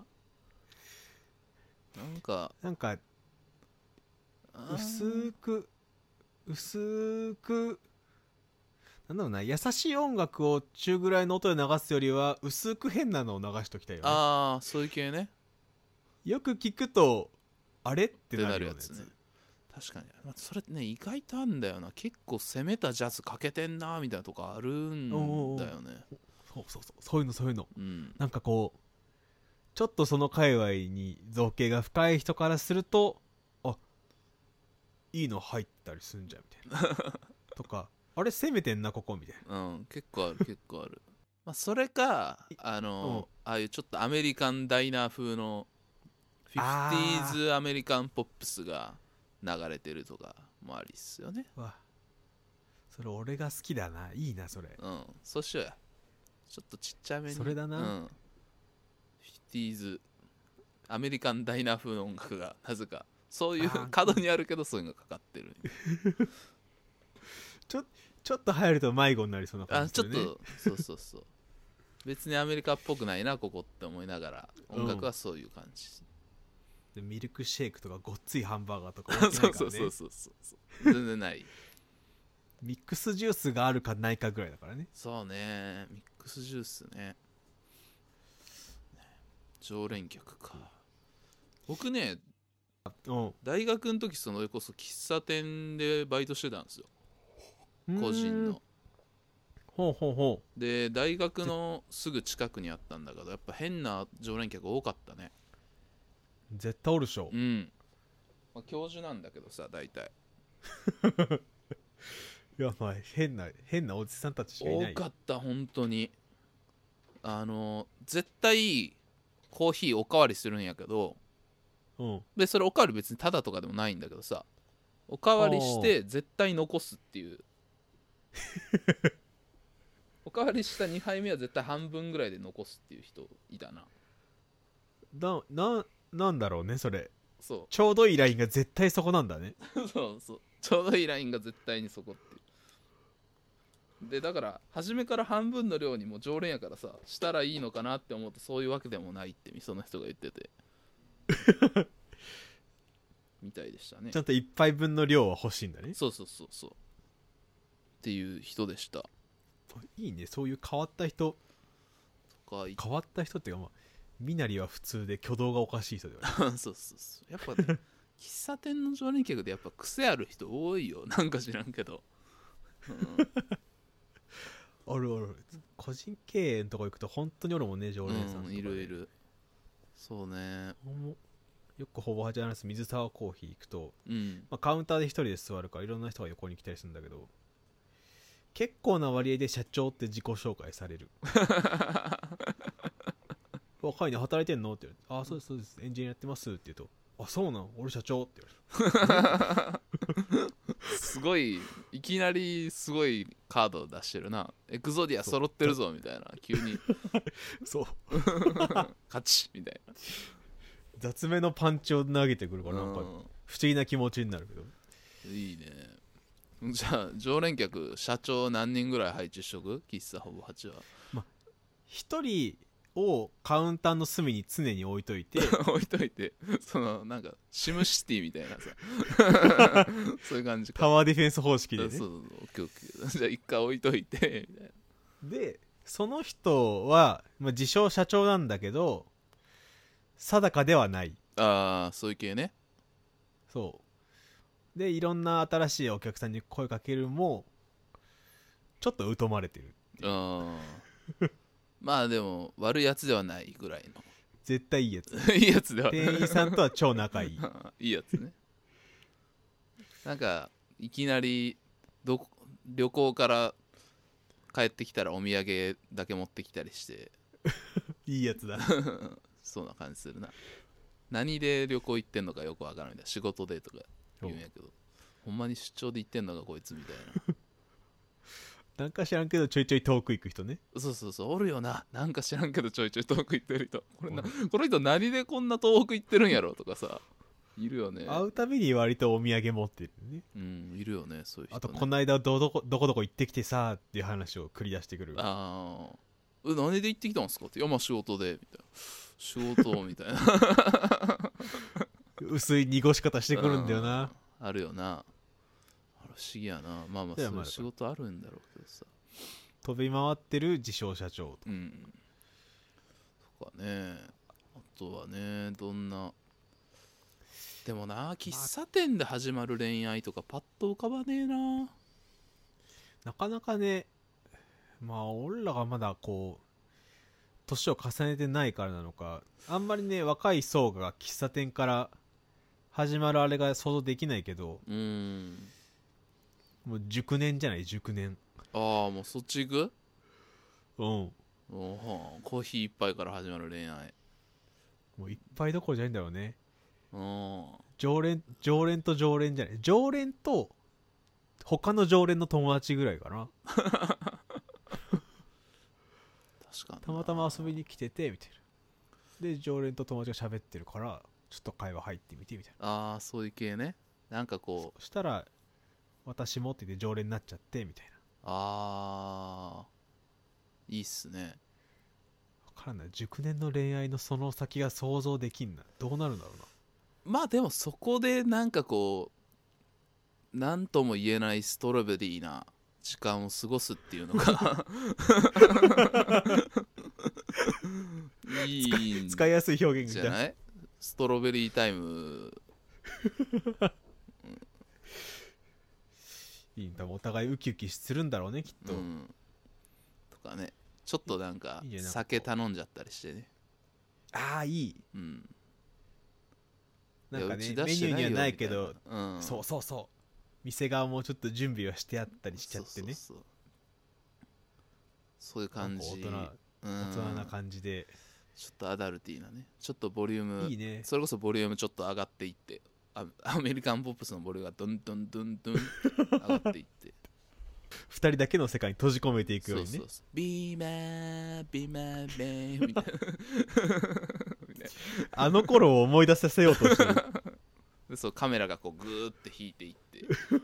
なんかなんかあー薄く薄くなんだろうな、優しい音楽を中ぐらいの音で流すよりは薄く変なのを流しときたいよね。 あーそういう系ねよく聞くとあれっっててなるようなやつなるやつね。確かに、まあ、それね意外とあんだよな。結構攻めたジャズかけてんなみたいなとこあるんだよね。 そうそうそうそういうのそういうのうんなんかこうちょっとその界隈に造形が深い人からするとあいいの入ったりすんじゃんみたいなとかあれ攻めてんなここみたいな。 うん結構ある結構ある。まあそれかあの、ああいうちょっとアメリカンダイナー風のフィフティーズアメリカンポップスが流れてるとかもありっすよね。 わそれ俺が好きだな。いいなそれ。 うんそうしようや。ちょっとちっちゃめにそれだなうん、フィフティーズアメリカンダイナー風の音楽がなぜかそういうあー角にあるけどそういうのがかかってる。 ちょちょっと入ると迷子になりそうなあちょっ感じするね。 とそうそうそう別にアメリカっぽくないなここって思いながら音楽はそういう感じ、 でミルクシェイクとかごっついハンバーガーとか置いてそうないからね。 そうそうそうそう全然ない。 ミックスジュースがあるかないかぐらいだからね。 そうねミックスジュースね。常連客か。僕ねうん大学の時それこそ喫茶店でバイトしてたんですよ個人の。 ほうほうほで大学のすぐ近くにあったんだけどやっぱ変な常連客多かったね。 う絶対おるでしょう。ん、まあ、教授なんだけどさ大体いやまあ変な変なおじさんたちしかいない多かった本当に。あの絶対コーヒーおかわりするんやけどうんでそれおかわり別にタダとかでもないんだけどさおかわりして絶対残すっていうおかわりしたにはいめは絶対半分ぐらいで残すっていう人いたな。 なななんだろうねそれ。 そちょうどいいラインが絶対そこなんだね。 うそうそうちょうどいいラインが絶対にそこっていうでだから初めから半分の量にも常連やからさしたらいいのかなって思うとそういうわけでもないってその人が言っててみたいでしたね。 ちゃんと一杯分の量は欲しいんだね。 そうそうそうそうっていう人でしたいいねそういう変わった人。 とかい変わった人っていうかまあ身なりは普通で挙動がおかしい人ではない。 そうそうそうやっぱね喫茶店の常連客でやっぱ癖ある人多いよなんか知らんけど、うん、 あるある個人経営のとこ行くと本当におるもんね常連さんとか、 うん、いるいるそうねほんまよくほぼはじ話す水沢コーヒー行くと、 うんまあ、カウンターで一人で座るからいろんな人が横に来たりするんだけど結構な割合で社長って自己紹介される若いね働いてんのって言われてああそうですそうですエンジニアやってますって言うとあそうなん俺社長って言われすごいいきなりすごいカード出してるな。エクゾディア揃ってるぞみたいな、急にたそう勝ちみたい雑めのパンチを投げてくるかな。 らなんかうん不思議な気持ちになるけどいいね。じゃあ常連客社長何人ぐらい配置しとく？喫茶ほぼはちは一人をカウンターの隅に常に置いといて置いといて、そのなんかシムシティみたいなさそういう感じか。 タワーディフェンス方式でねそうそうそう、オッケーオッケー。じゃあ一回置いといてみたいな。 でその人は、まあ、自称社長なんだけど定かではないああそういう系ね。 そうでいろんな新しいお客さんに声かけるもちょっと疎まれてるあまあでも悪いやつではないぐらい絶対いいやつのいいやつではない店員さんとは超仲いいいいやつね。なんかいきなりどこ旅行から帰ってきたらお土産だけ持ってきたりしていいやつだそうな感じするな。何で旅行行ってんのかよくわからないみたいな。仕事でとか言うんやけど、ほんまに出張で行ってんのかこいつみたいな。 なんか知らんけどちょいちょい遠く行く人ねそうそうそう、おるよな。なんか知らんけどちょいちょい遠く行ってる人。これな、この人何でこんな遠く行ってるんやろとかさ、いるよね。 会うたびに割とお土産持ってるねうん、いるよね、そういう人、ね。 あとこの間どどこどこどこ行ってきてさっていう話を繰り出してくるああ、え、何で行ってきたんですかって。いや、まあ仕事で、みたいな。仕事みたいな。 薄い濁し方してくるんだよなあるよな。あれ不思議やな。まあまあ、 いやまあそういう仕事あるんだろうけどさ。 飛び回ってる自称社長とうん。とかね。あとはね、どんな。でもな、喫茶店で始まる恋愛とかパッと浮かばねえな。 なかなかねまあ俺らがまだこう年を重ねてないからなのかあんまりね若い層が喫茶店から始まるあれが想像できないけどうーん。 もう熟年じゃない熟年ああ、もうそっち行く？ うんおお、コーヒー一杯から始まる恋愛。 もういっぱいどころじゃないんだろうねうん。 常連常連と常連じゃない常連と他の常連の友達ぐらいかな確かにな。 たまたま遊びに来ててみたいなで常連と友達が喋ってるからちょっと会話入ってみてみたいなああ、そういう系ね。なんかこう、 そしたら私もって言って常連になっちゃってみたいなああ、いいっすね。 分からんない熟年の恋愛のその先が想像できんなどうなるんだろうなまあでもそこでなんかこう、なんとも言えないストロベリーな時間を過ごすっていうのがいいん使いやすい表現みたいなじゃない？ストロベリータイム。 いいんだお互いウキウキするんだろうねきっと、 うん、とかね、ちょっとなんかいいねなんか酒頼んじゃったりしてね。 ああいいうん、 なんかねいやうち出メニューにはしてないよないけどみたいな、うん、 そうそうそう店側もちょっと準備はしてあったりしちゃってねそうそうそうそういう感じ。 なんか大人うん、 大人な感じでちょっとアダルティーなね、ちょっとボリュームいいねそれこそボリュームちょっと上がっていって、アアメリカンポップスのボリュームがドンドンドンドン上がっていってふたりだけの世界に閉じ込めていくようにねそうそうそう、ビーマービーマーベーみたいなみたいあの頃を思い出させようとしてるなでそうカメラがこうグーって引いていって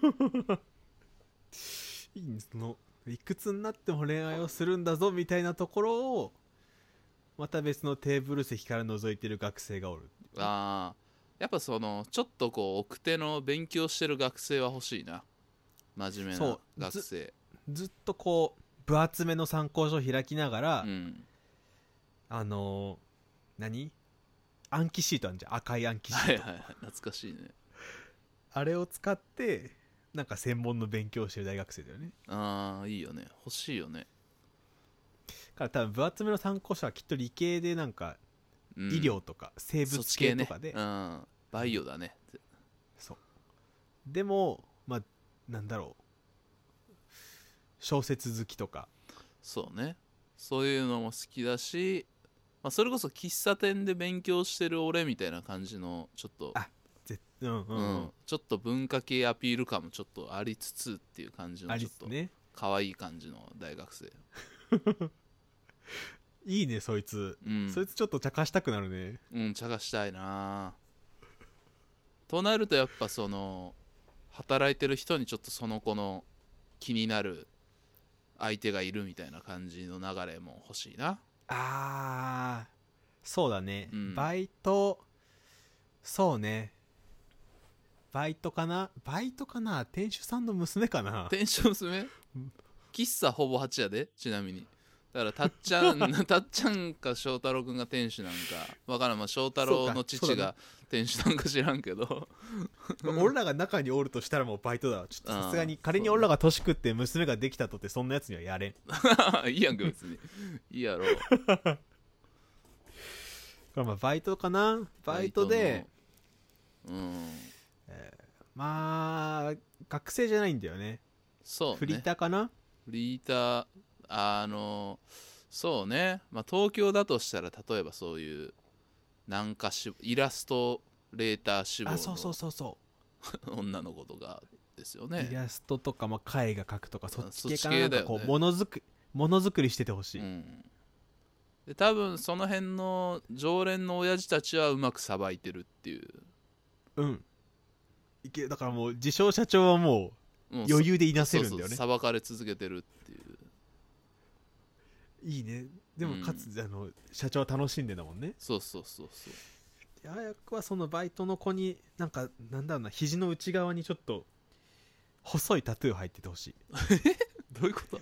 いいんそのいくつになっても恋愛をするんだぞみたいなところをまた別のテーブル席から覗いてる学生がおるあーやっぱそのちょっとこう奥手の勉強してる学生は欲しいな。真面目なそう学生。 ずっとこう分厚めの参考書を開きながら、 うんあのー何暗記シートあるじゃん赤い暗記シート、 はいはいはい、懐かしいね。 あれを使ってなんか専門の勉強をしてる大学生だよねああいいよね、欲しいよね。 から多分分厚めの参考書はきっと理系でなんかうん、 医療とか生そっ物ち系ね系とかで、 うん、バイオだね。 そうでもまあなんだろう小説好きとかそうね、そういうのも好きだし、 まあ、それこそ喫茶店で勉強してる俺みたいな感じのちょっとあぜうんうん、 ううんん、ちょっと文化系アピール感もちょっとありつつっていう感じあのちょっとりっすね。 可愛い感じの大学生。 いいねそいつ、 うんそいつちょっと茶化したくなるね。 うん、茶化したいなとなるとやっぱその働いてる人にちょっとその子の気になる相手がいるみたいな感じの流れも欲しいな。 あーそうだね、 うんバイトそうねバイトかなバイトかな店主さんの娘かな。 店主娘喫茶ほぼはちやでちなみに。だからたっちゃんたっちゃんか翔太郎くんが店主なんかわからん、まあ、翔太郎の父が店主なんか知らんけど俺らが中におるとしたらもうバイトだわ。ちょっとさすがにうん仮に俺らが年食って娘ができたとってそんなやつにはやれん。 いいやんか別にいいやろ。 まあバイトかなバイトでバイトのうんまあ学生じゃないんだよね。 そうねフリーターかな。 フリーターあのそうね、まあ、東京だとしたら例えばそういうなんかしイラストレーター志望あそうそうのそうそ女の子とかですよう、 ねイ。ラストとか、まあ、絵画描くとかそっち系かな。 そっち系だよねなんかこうものづくものづくりしててほしい、 うん、で多分その辺の常連の親父たちはうまくさばいてるっていう、 うんいけだからもう自称社長はももうう余裕でいなせるんだよね。 そうそうさばかれ続けてるっていう。 いいね。でもうんかつ、あの社長は楽しんでんだもんね。 そうそうそうそう早くはそのバイトの子になんかなんだろうな、肘の内側にちょっと細いタトゥー入っててほしい。 どういうこと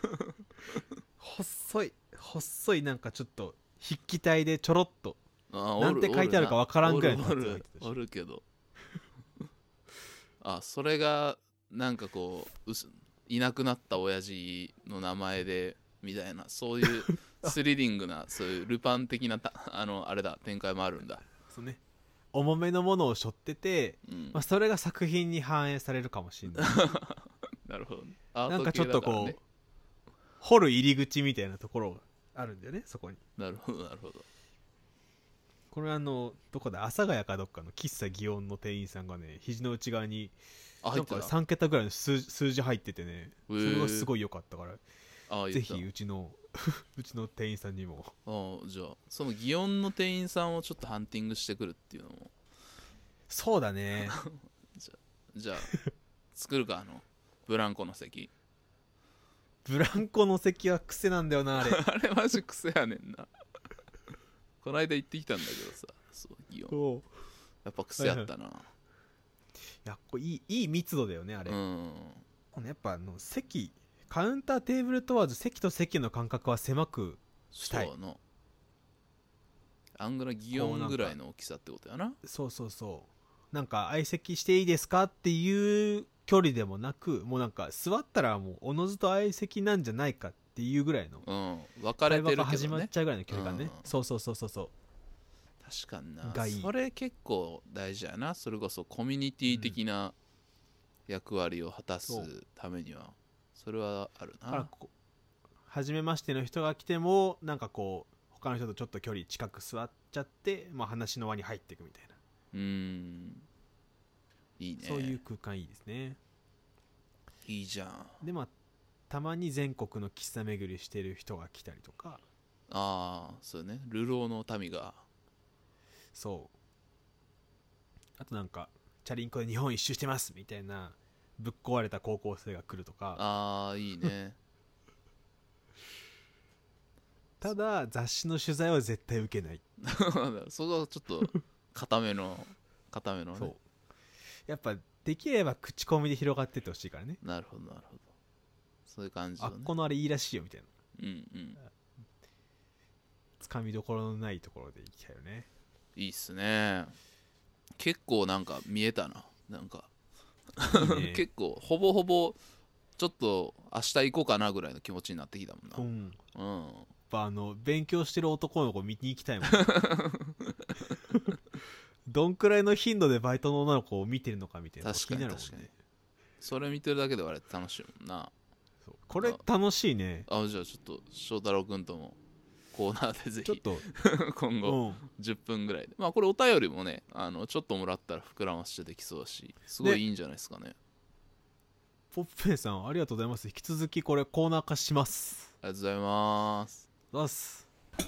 細い細いなんかちょっと筆記体でちょろっとあなんて書いてあるかわからんぐらいのおるタトゥー入ってたしおるおるけどあそれがなんかこううすいなくなった親父の名前でみたいなそういうスリリングなそういうルパン的なたあのあれだ展開もあるんだ。 そうね、重めのものを背負ってて、 うんまあ、それが作品に反映されるかもしれない。 なるほどね。アなんかート系ちょっとこう、 だからね。 掘る入り口みたいなところがあるんだよね、そこに。 なるほどなるほど。 これあのどこだ阿佐ヶ谷かどっかの喫茶祇園の店員さんがね、肘の内側になんかあ入ってた。 さん桁ぐらいの数数字入っててね、それがすごい良かったから、 あぜひうちのうちの店員さんにも。 あじゃあその祇園の店員さんをちょっとハンティングしてくるっていうのもそうだね。 じゃあ作るかあのブランコの席ブランコの席は癖なんだよなあれ。 あれマジ癖やねんなこの間行ってきたんだけどさそう祇園おうやっぱ癖やったな、 いやこれいいいい密度だよねあれ、 うんこのやっぱあの席カウンターテーブル問わず席と席の間隔は狭くしたい。 そうやなあんぐらい祇園ぐらいの大きさってことやな。 そうそうそうなんか相席していいですかっていう距離でもなく、もうなんか座ったらもうおのずと相席なんじゃないかっていうぐらいのうん分かれてるけど会話が始まっねちゃうぐらいの距離感ね、 うんそうそうそうそうそう確かにながいいそれ結構大事やな。それこそコミュニティ的な役割を果たすためにはそれはあるな。 だからこう初めましての人が来てもなんかこう他の人とちょっと距離近く座っちゃって、まあ、話の輪に入っていくみたいな、 うーんいいね。 そういう空間いいですね。 いいじゃん。 でまあたまに全国の喫茶巡りしてる人が来たりとか、 ああそうね流浪の民がそうあとなんかチャリンコで日本一周してますみたいなぶっ壊れた高校生が来るとか、 ああいいねただ雑誌の取材は絶対受けない。 そこはちょっと固めの固めのそうね。 やっぱできれば口コミで広がってってほしいからね。 なるほどなるほどそういう感じあのね。 っこのあれいいらしいよみたいなうんうんつかみどころのないところで行きたいよね。 いいっすね。結構なんか見えたななんかいいね結構ほぼほぼちょっと明日行こうかなぐらいの気持ちになってきたもうんんやっな。うんぱあの勉強してる男の子見に行きたいもんどんくらいの頻度でバイトの女の子を見てるのかみたいなの確かに気になるもん確かにね。 それ見てるだけで我々楽しいもんな。 そうこれ楽しいね。 あじゃあちょっと翔太郎くんともコーナーでぜひちょっと今後うんじゅっぷんぐらいで、まあこれお便りもねあのちょっともらったら膨らましてできそうだし、すごいいいんじゃないですかね。 ポッペンさんありがとうございます。引き続きこれコーナー化します。 ありがとうございます。 ざっす。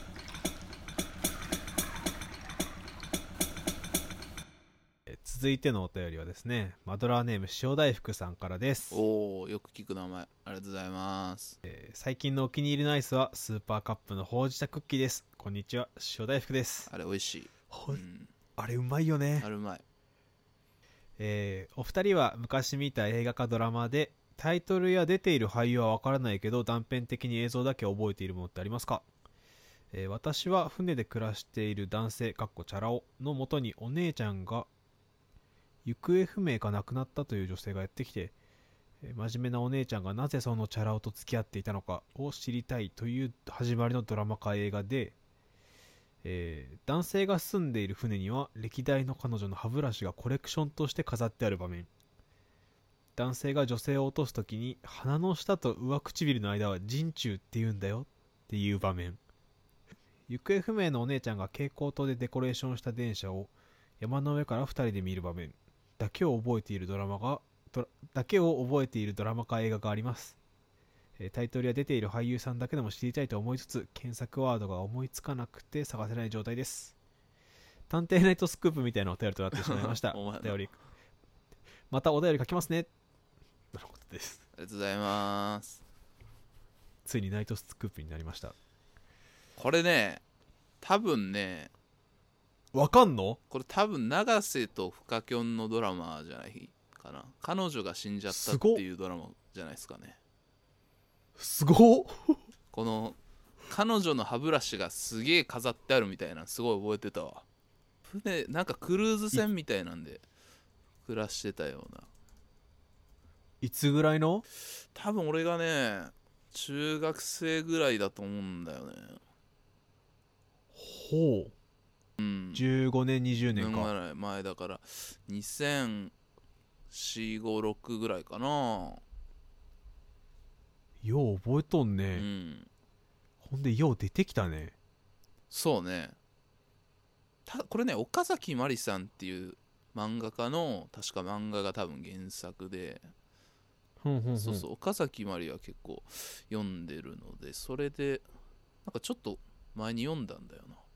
え続いてのお便りはですね、マドラーネーム塩大福さんからです。 おお、よく聞く名前ありがとうございます。 えー最近のお気に入りのアイスはスーパーカップのほうじ茶クッキーです。こんにちは、塩大福です。 あれ美味しい。 ほうん、 あれうまいよねあ。れうまい。 えーお二人は昔見た映画かドラマでタイトルや出ている俳優はわからないけど断片的に映像だけ覚えているものってありますか？えー私は船で暮らしている男性かっこチャラ男のもとにお姉ちゃんが行方不明か亡くなったという女性がやってきて、えー真面目なお姉ちゃんがなぜそのチャラ男と付き合っていたのかを知りたいという始まりのドラマか映画で、えー男性が住んでいる船には歴代の彼女の歯ブラシがコレクションとして飾ってある場面、男性が女性を落とすときに鼻の下と上唇の間は人中って言うんだよっていう場面、行方不明のお姉ちゃんが蛍光灯でデコレーションした電車を山の上からふたりで見る場面だけを覚えているドラマがドだけを覚えているドラマか映画があります。えータイトルや出ている俳優さんだけでも知りたいと思いつつ検索ワードが思いつかなくて探せない状態です。探偵ナイトスクープみたいなお便りとなってしまいましたお前お便りまたお便り書きますねなることです。 ありがとうございます。 ついにナイトスクープになりました。 これね多分ねわかんの？ これ多分永瀬とフカキョンのドラマじゃないかな。彼女が死んじゃったっていうドラマじゃないですかね。 すごっ。 この彼女の歯ブラシがすげえ飾ってあるみたいなすごい覚えてたわ。船なんかクルーズ船みたいなんで暮らしてたような。 いつぐらいの？ 多分俺がね中学生ぐらいだと思うんだよね。 ほう。 うんじゅうごねんにじゅうねん年か。 ぐらい前だからにせんよん、ご、ろくぐらいかな。 よう覚えとんうね、 んほんでよう出てきたね。 そうね。たこれね岡崎まりさんっていう漫画家の確か漫画が多分原作で、 ふんふんふん。 そうそう岡崎まりは結構読んでるのでそれでなんかちょっと前に読んだんだよな。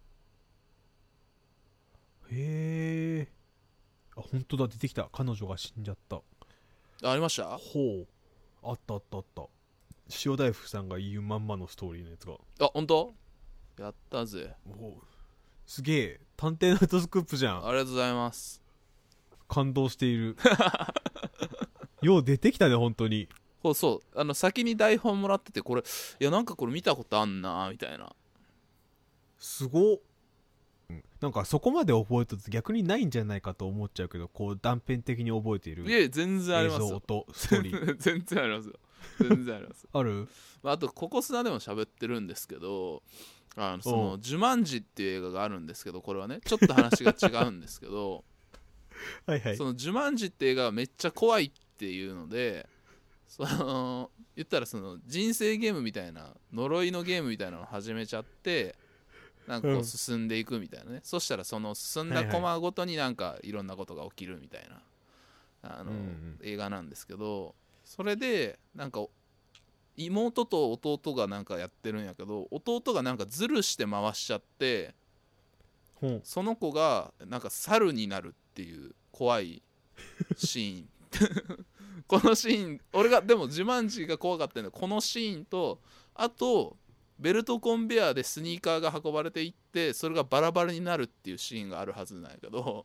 へえ。あ、本当だ、出てきた。彼女が死んじゃった。 あありました。 ほう。あったあったあった。塩大福さんが言うまんまのストーリーのやつが。 あ本当やったぜ。 おうすげえ。探偵ナイトスクープじゃん。 ありがとうございます。 感動している。よう出てきたね、本当に。 そうそうあの先に台本もらっててこれいやなんかこれ見たことあんなみたいな。 すごっ。うんなんかそこまで覚えとって逆にないんじゃないかと思っちゃうけど、こう断片的に覚えているいえ全然あり映像ますよ。 とストーリー全然ありますよ。全然あります。 ある？ まあ、あとここ砂でも喋ってるんですけどあのそおうの「ジュマンジ」っていう映画があるんですけどこれはねちょっと話が違うんですけどはいはいその「ジュマンジ」って映画がめっちゃ怖いっていうのでその言ったらその人生ゲームみたいな呪いのゲームみたいなのを始めちゃってなんかこううん進んでいくみたいなね、そしたらその進んだコマごとになんかいろんなことが起きるみたいなあの、 うんうん映画なんですけどそれでなんか妹と弟がなんかやってるんやけど弟がなんかズルして回しちゃってほんその子がなんか猿になるっていう怖いシーンこのシーン俺がでもジュマンジが怖かったんだこのシーンとあとベルトコンベアでスニーカーが運ばれていってそれがバラバラになるっていうシーンがあるはずなんやけど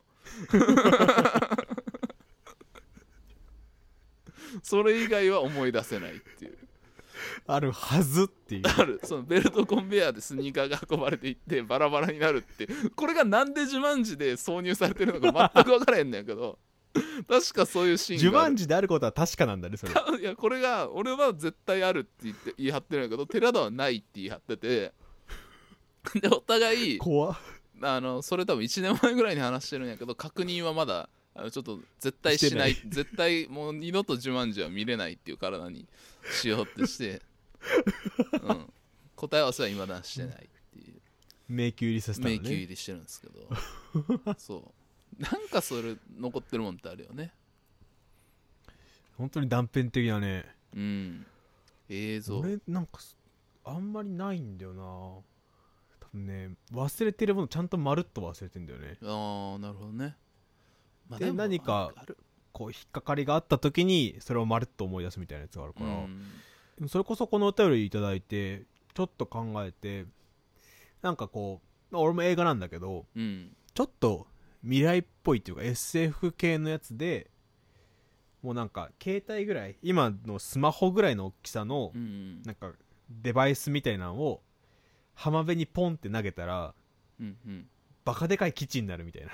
それ以外は思い出せないっていうあるはずっていう。 あるそのベルトコンベアでスニーカーが運ばれていってバラバラになるってこれがなんでジュマンジで挿入されてるのか全く分からへんねんけど確かそういうシーンがある。 ジュマンジであることは確かなんだね、それ。 いやこれが俺は絶対あるって言って言い張ってるんやけど寺田はないって言い張っててでお互い怖っ。 あのそれ多分いちねんまえぐらいに話してるんやけど確認はまだあのちょっと絶対しないして絶対もう二度とジュマンジは見れないっていう体にしようってして、うん、 答え合わせは未だしてないっていう迷宮入りさせたのね。 迷宮入りしてるんですけどそうなんかそれ残ってるもんってあるよね。 本当に断片的なね。 うん映像俺なんかあんまりないんだよな。多分ね忘れてるものちゃんとまるっと忘れてんだよね。 ああなるほどね、まあ、 でも何かあるこう引っかかりがあった時にそれをまるっと思い出すみたいなやつがあるから、 うんそれこそこのお便りいただいてちょっと考えて、なんかこう、まあ俺も映画なんだけどうんちょっと未来っぽいっていうか エスエフ 系のやつで、もうなんか携帯ぐらい今のスマホぐらいの大きさのうんなんかデバイスみたいなのを浜辺にポンって投げたらうんうんバカでかい基地になるみたいな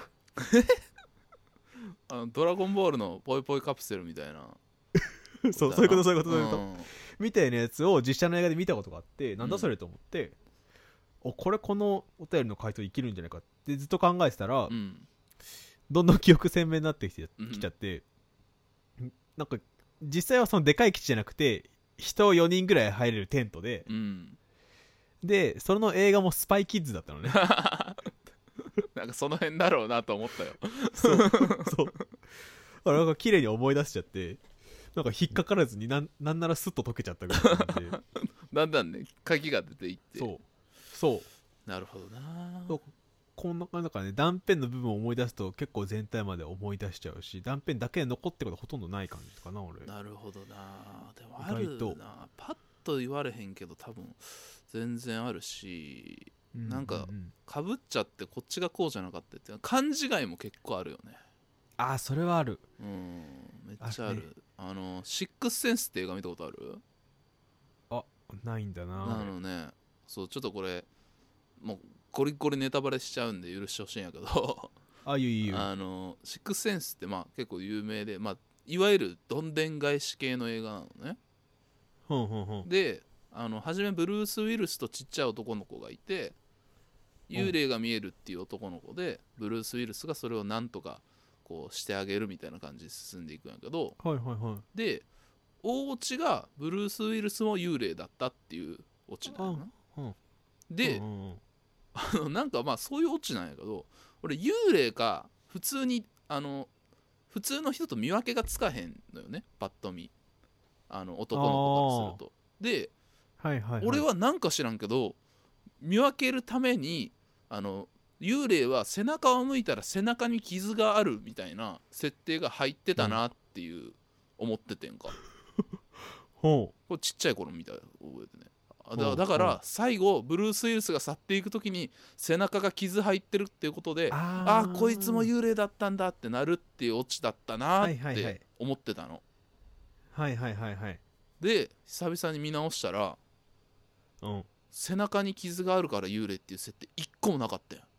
あのドラゴンボールのポイポイカプセルみたいなそうそういうことそういうことそういうことんみたいなやつを実写の映画で見たことがあって、なんだそれと思って、おこれこのお便りの回答生きるんじゃないかってずっと考えてたら、 うんどんどん記憶鮮明になってきてうんきちゃって、なんか実際はそのでかい基地じゃなくて人よにんぐらい入れるテントで、 うんでその映画もスパイキッズだったのねなんかその辺だろうなと思ったよそうそうあれなんか綺麗に思い出しちゃって、なんか引っかからずになんなんならスッと溶けちゃったぐらいの感じでだんだんね鍵が出ていってそうそうなるほどなそうこんな感じだからね、断片の部分を思い出すと結構全体まで思い出しちゃうし、断片だけで残ってることほとんどない感じかな俺。 なるほどな。でもある意外とな。パッと言われへんけど多分全然あるし、なんかううんかぶっちゃってこっちがこうじゃなかったって勘違いも結構あるよね。 あーそれはある。 うんめっちゃある。 あるねあのシックスセンスって映画見たことある？ あないんだな。 あのねそうちょっとこれもうゴリゴリネタバレしちゃうんで許してほしいんやけどあいいよいいよ。 あのシックスセンスってまあ結構有名で、まあ、いわゆるどんでん返し系の映画なのね。 ほんほんほん。 であの初めブルース・ウィルスとちっちゃい男の子がいて幽霊が見えるっていう男の子で、ブルース・ウィルスがそれをなんとかこうしてあげるみたいな感じで進んでいくんやけど、 はいはいはい。 で大オチがブルース・ウィルスも幽霊だったっていうオチなんやな。 うんで、 うんうんうんあのなんかまあそういうオチなんやけど、俺幽霊か普通にあの普通の人と見分けがつかへんのよね、パッと見あの男の子からすると。ではいはいはい。 俺はなんか知らんけど見分けるためにあの幽霊は背中を向いたら背中に傷があるみたいな設定が入ってたなっていう思っててんか。 ほこれちっちゃい頃見た覚えてね。あほうだだからほう最後ブルース・ウィルスが去っていく時に背中が傷入ってるっていうことで、 あああこいつも幽霊だったんだってなるっていうオチだったなっはいはいはいて思ってたの。 はいはいはいはい。 で久々に見直したらうん。 背中に傷があるから幽霊っていう設定一個もなかったよ。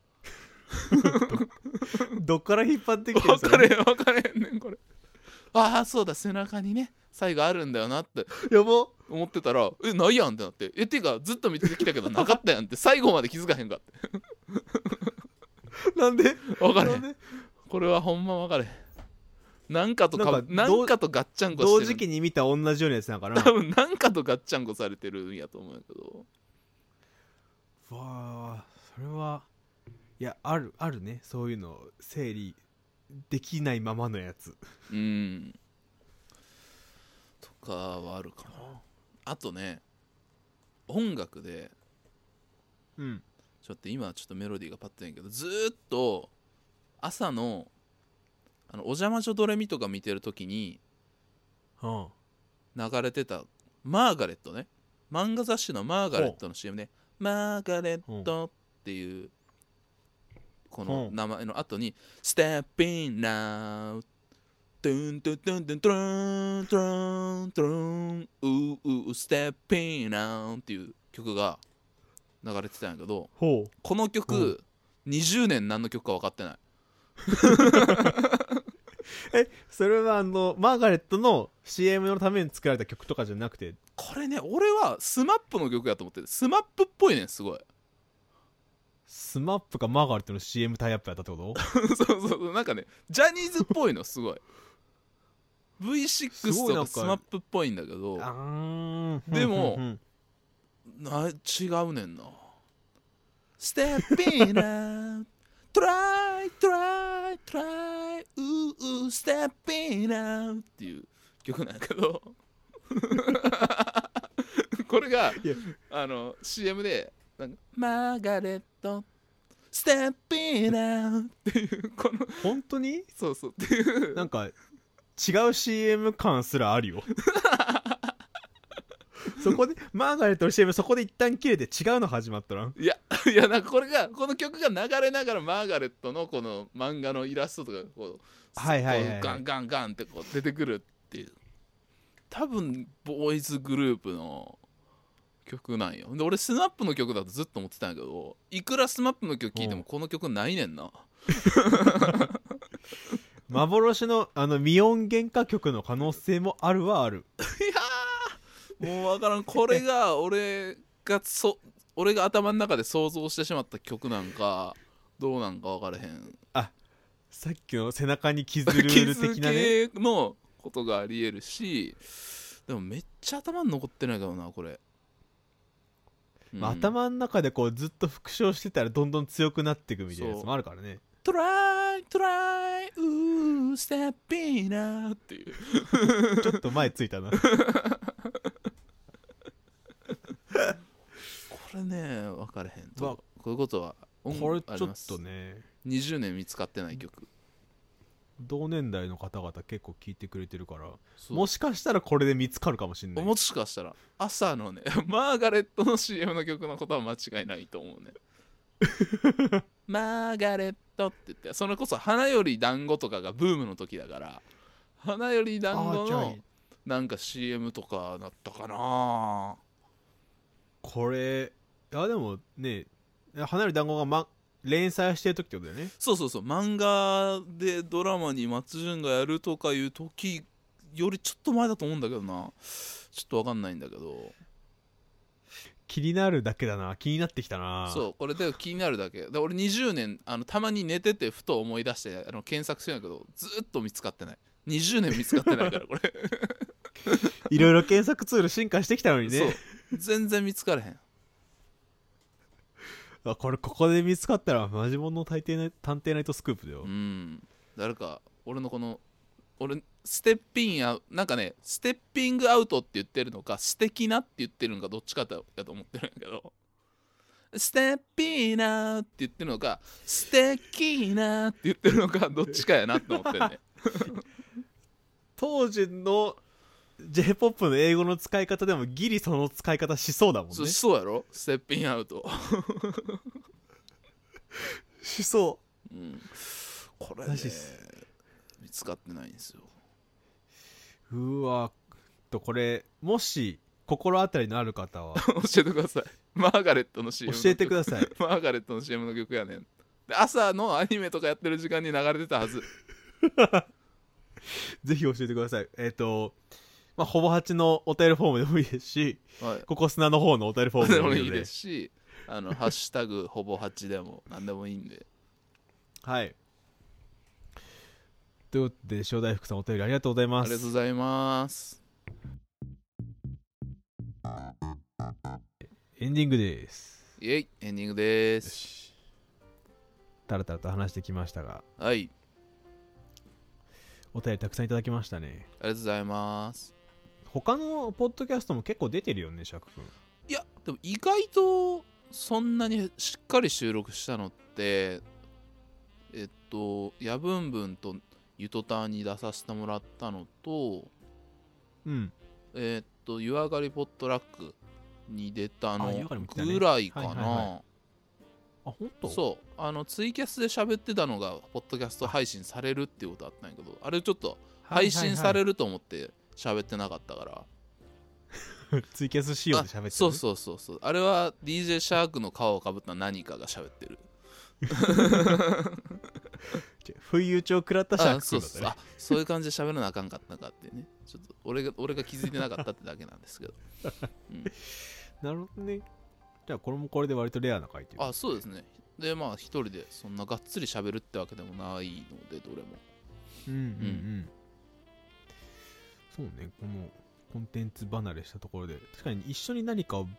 どっから引っ張ってきてる分かれへん分かれへんねんこれ。ああそうだ背中にね最後あるんだよなってやば思ってたらえないやんってなって、えてかずっと見てきたけどなかったやんって最後まで気づかへんかってなんで分かれへんなんでこれはほんま分かれへん。なんかとかなんかなんかとガッチャンコしてる同時期に見た同じようなやつなんかな。 多分なんかとガッチャンコされてるんやと思うんやけど。 わあそれはいやあるあるね、そういうの整理できないままのやつ。 うんとかはあるかな。あとね音楽でうんちょっと今ちょっとメロディーがパッとやんけど、ずーっと朝のあのお邪魔女ドレミとか見てるときには流れてたマーガレットね、漫画雑誌のマーガレットの シーエム でマーガレットっていうこの名前の後に Step in now トゥントゥントゥントゥントゥントゥントゥンうーうー Step in now っていう曲が流れてたんやけど、 ほうこのう曲にじゅうねん何の曲か分かってない。 えそれはあのマーガレットの シーエム のために作られた曲とかじゃなくて、 これね俺はスマップの曲やと思ってる。スマップっぽいねんすごい。 スマップかマーガレットの シーエム タイアップやったってことそうそうそうなんかねジャニーズっぽいのすごいブイシックス とかすごいなんかスマップっぽいんだけどあーでもうんな違うねんな。Stepping out Try Try Try うう Stepping out っていう曲なんやけどこれがいやあの シーエム でなんかマーガレット Stepping out っていうこの本当にそうそうっていうなんか違う シーエム 感すらあるよそこでマーガレットの シーエム そこで一旦切れて違うの始まったらいやいやなんかこれがこの曲が流れながらマーガレットのこの漫画のイラストとかこう、 はいはいはいはいこうガンガンガンってこう出てくるっていう多分ボーイズグループの曲なんよ。で俺スマップの曲だとずっと思ってたんやけどいくらスマップの曲聴いてもこの曲ないねんな。 幻のあの未音源歌曲の可能性もあるはある。 いやもう分からん。これが俺がそ俺が頭の中で想像してしまった曲なんかどうなんか分からへん。 さっきの背中に傷ルール的なね系のことがありえるしでもめっちゃ頭に残ってないからなこれ、 まあ、 うん、 頭の中でこうずっと復唱してたらどんどん強くなっていくみたいなやつもあるからね。 トライトライウーステッピーナーっていうちょっと前ついたなこれね分かれへんと、 まあこういうことはこれちょっありますとねにじゅうねん見つかってない曲。 同年代の方々結構聞いてくれてるからそうもしかしたらこれで見つかるかもしれないもしかしたら朝のねマーガレットの シーエム の曲のことは間違いないと思うねマーガレットって言ってそれこそ花より団子とかがブームの時だから花より団子のあーじゃあいいなんか シーエム とかだったかな。 これいやでもね花より団子が、ま、連載してる時ってことだよね。 そうそうそう漫画でドラマに松潤がやるとかいう時よりちょっと前だと思うんだけどなちょっと分かんないんだけど気になるだけだな気になってきたな。 そうこれで気になるだけで俺にじゅうねんあのたまに寝ててふと思い出してあの検索してるんだけどずっと見つかってないにじゅうねん見つかってないからこれいろいろ検索ツール進化してきたのにね。 そう全然見つかれへん。 あこれここで見つかったらマジモンの探偵ナイ探偵ナイトスクープだよ。 うん誰か俺のこの俺ステッピンアウなんかねステッピングアウトって言ってるのか素敵なって言ってるのかどっちかだと思ってるんやけどステッピンアウって言ってるのか素敵なって言ってるのかどっちかやなって思ってるね当時の ジェイポップ の英語の使い方でもギリその使い方しそうだもんね。 そそうやろステッピンアウトしそうんこれねらしいっす見つかってないんですよ。 う。うわとこれもし心当たりのある方は教えてください。マーガレットの シーエム の教えてください。 マーガレットの シーエム の曲やねん。で朝のアニメとかやってる時間に流れてたはず。 ぜひ教えてください。えっ、とまあほぼはちのお便りフォームでもいいですしはいここ砂の方のお便りフォームででもいいもいいのでですしあのハッシュタグほぼはちでも何でもいいんではいということで塩大福さんお便りありがとうございます。 ありがとうございます。 エンディングです。 イエイエンディングですタラタラと話してきましたがはいお便りたくさんいただきましたね。 ありがとうございます。 他のポッドキャストも結構出てるよねシャク君。 いやでも意外とそんなにしっかり収録したのってえっとヤブンブンとゆとたんに出させてもらったのとうんえっと湯上がりポットラックに出たのあ湯上がりも来たねぐらいかな、 はいはいはいあ本当そうあのツイキャスで喋ってたのがポッドキャスト配信されるっていうことあったんやけどあれちょっと配信されるると思って喋ってなかったから、 ツイキャス仕様で喋ってる。 あそうそうそうそうあれは ディージェー シャークの皮をかぶった何かが喋ってる不意打ちを食らったシャあク君だったね。 そうそうあそういう感じで喋らなあかんかったかってねちょっと俺が俺が気づいてなかったってだけなんですけど、うん、 なるほどね。じゃあこれもこれで割とレアな回というか。 あそうですねでまあ一人でそんながっつり喋るってわけでもないのでどれもうんうんうん。そうねこのコンテンツ離れしたところで確かに一緒に何かを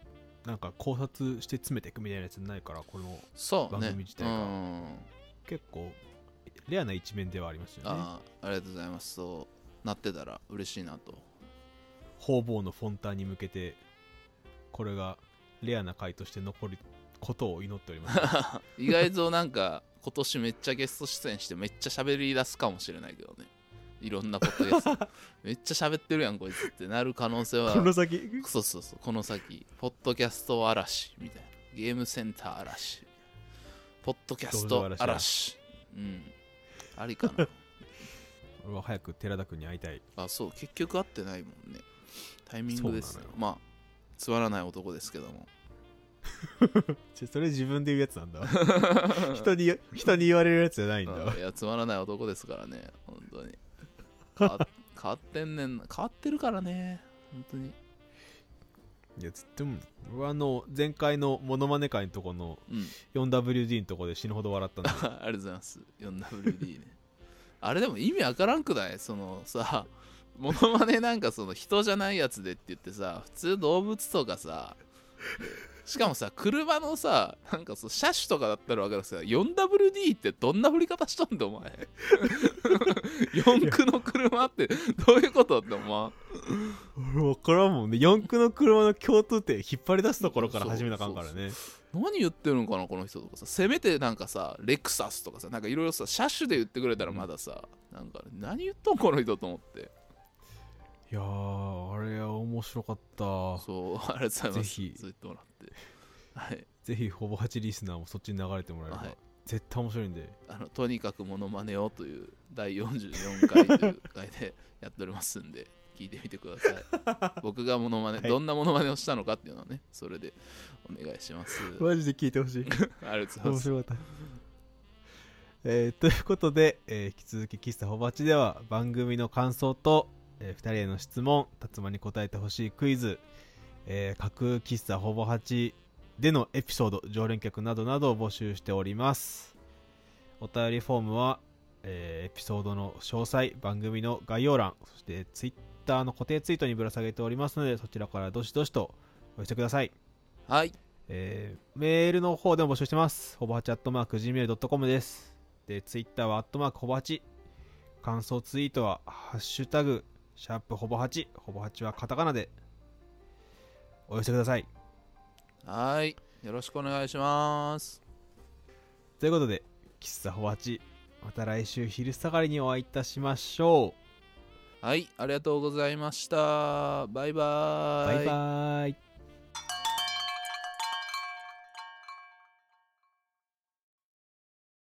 なんか考察して詰めていくみたいなやつないから、このそうね番組自体がうん結構レアな一面ではありますよね。 ああありがとうございます。そうなってたら嬉しいなと。 方々のフォンターに向けてこれがレアな回として残ることを祈っております意外となんか今年めっちゃゲスト出演してめっちゃ喋り出すかもしれないけどね。いろんなことゲストめっちゃ喋ってるやんこいつってなる可能性はこの先そうそうそうこの先ポッドキャスト嵐みたいな、ゲームセンター嵐、ポッドキャスト嵐、うんありかな俺は早く寺田君に会いたい。 あそう結局会ってないもんね。タイミングですよ。まあつまらない男ですけどもちょそれ自分で言うやつなんだ人に人に言われるやつじゃないんだ。 いやつまらない男ですからね本当に変わ変わってんねん変わってるからね本当に。 いやつっても俺はあの前回のモノマネ会のとこのうんフォーダブリューディー のとこで死ぬほど笑ったんだありがとうございます フォーダブリューディー ねあれでも意味わからんくないそのさモノマネなんかその人じゃないやつでって言ってさ普通動物とかさしかもさ車のさなんかそう車種とかだったらわかるけど フォーダブリューディー ってどんな振り方しとんだお前四駆の車ってどういうことってお前俺分からんもんね。四駆の車の共通点引っ張り出すところから始めなあかんからね。 何言ってるのかなこの人とかさ、せめてなんかさレクサスとかさなんかいろいろさ車種で言ってくれたらまださ、うん、なんか何言っとんこの人と思って。 いやーあれは面白かった。 そうありがとうございます。 ぜひそう言ってもらってはいぜひほぼはちリスナーもそっちに流れてもらえれば、 はい、 絶対面白いんで。 あのとにかくモノマネをというだいよんじゅうよんかいという回でやっておりますんで聞いてみてください僕がモノマネ、はい、どんなモノマネをしたのかっていうのはねそれでお願いします。 マジで聞いてほしいありがとうございます。 面白かった、えー、ということで、えー、引き続き喫茶ほぼはちでは番組の感想と、えー、ふたりへの質問、達馬に答えてほしいクイズ、えー、各喫茶ほぼはちでのエピソード、常連客などなどを募集しております。お便りフォームは、えー、エピソードの詳細、番組の概要欄、そしてツイッターの固定ツイートにぶら下げておりますので、そちらからどしどしとお寄せください。 はい、 えー、メールの方でも募集してます。ほぼはちアットマーク ジーメールドットコム です。で、ツイッターはアットマークほぼはち、感想ツイートはハッシュタグシャープほぼはち、ほぼはちはカタカナでお寄せください。 はい、よろしくお願いします。 ということで、喫茶ほぼはち、また来週昼下がりにお会いいたしましょう。 はい、ありがとうございました。バイバーイ。 バイバーイ。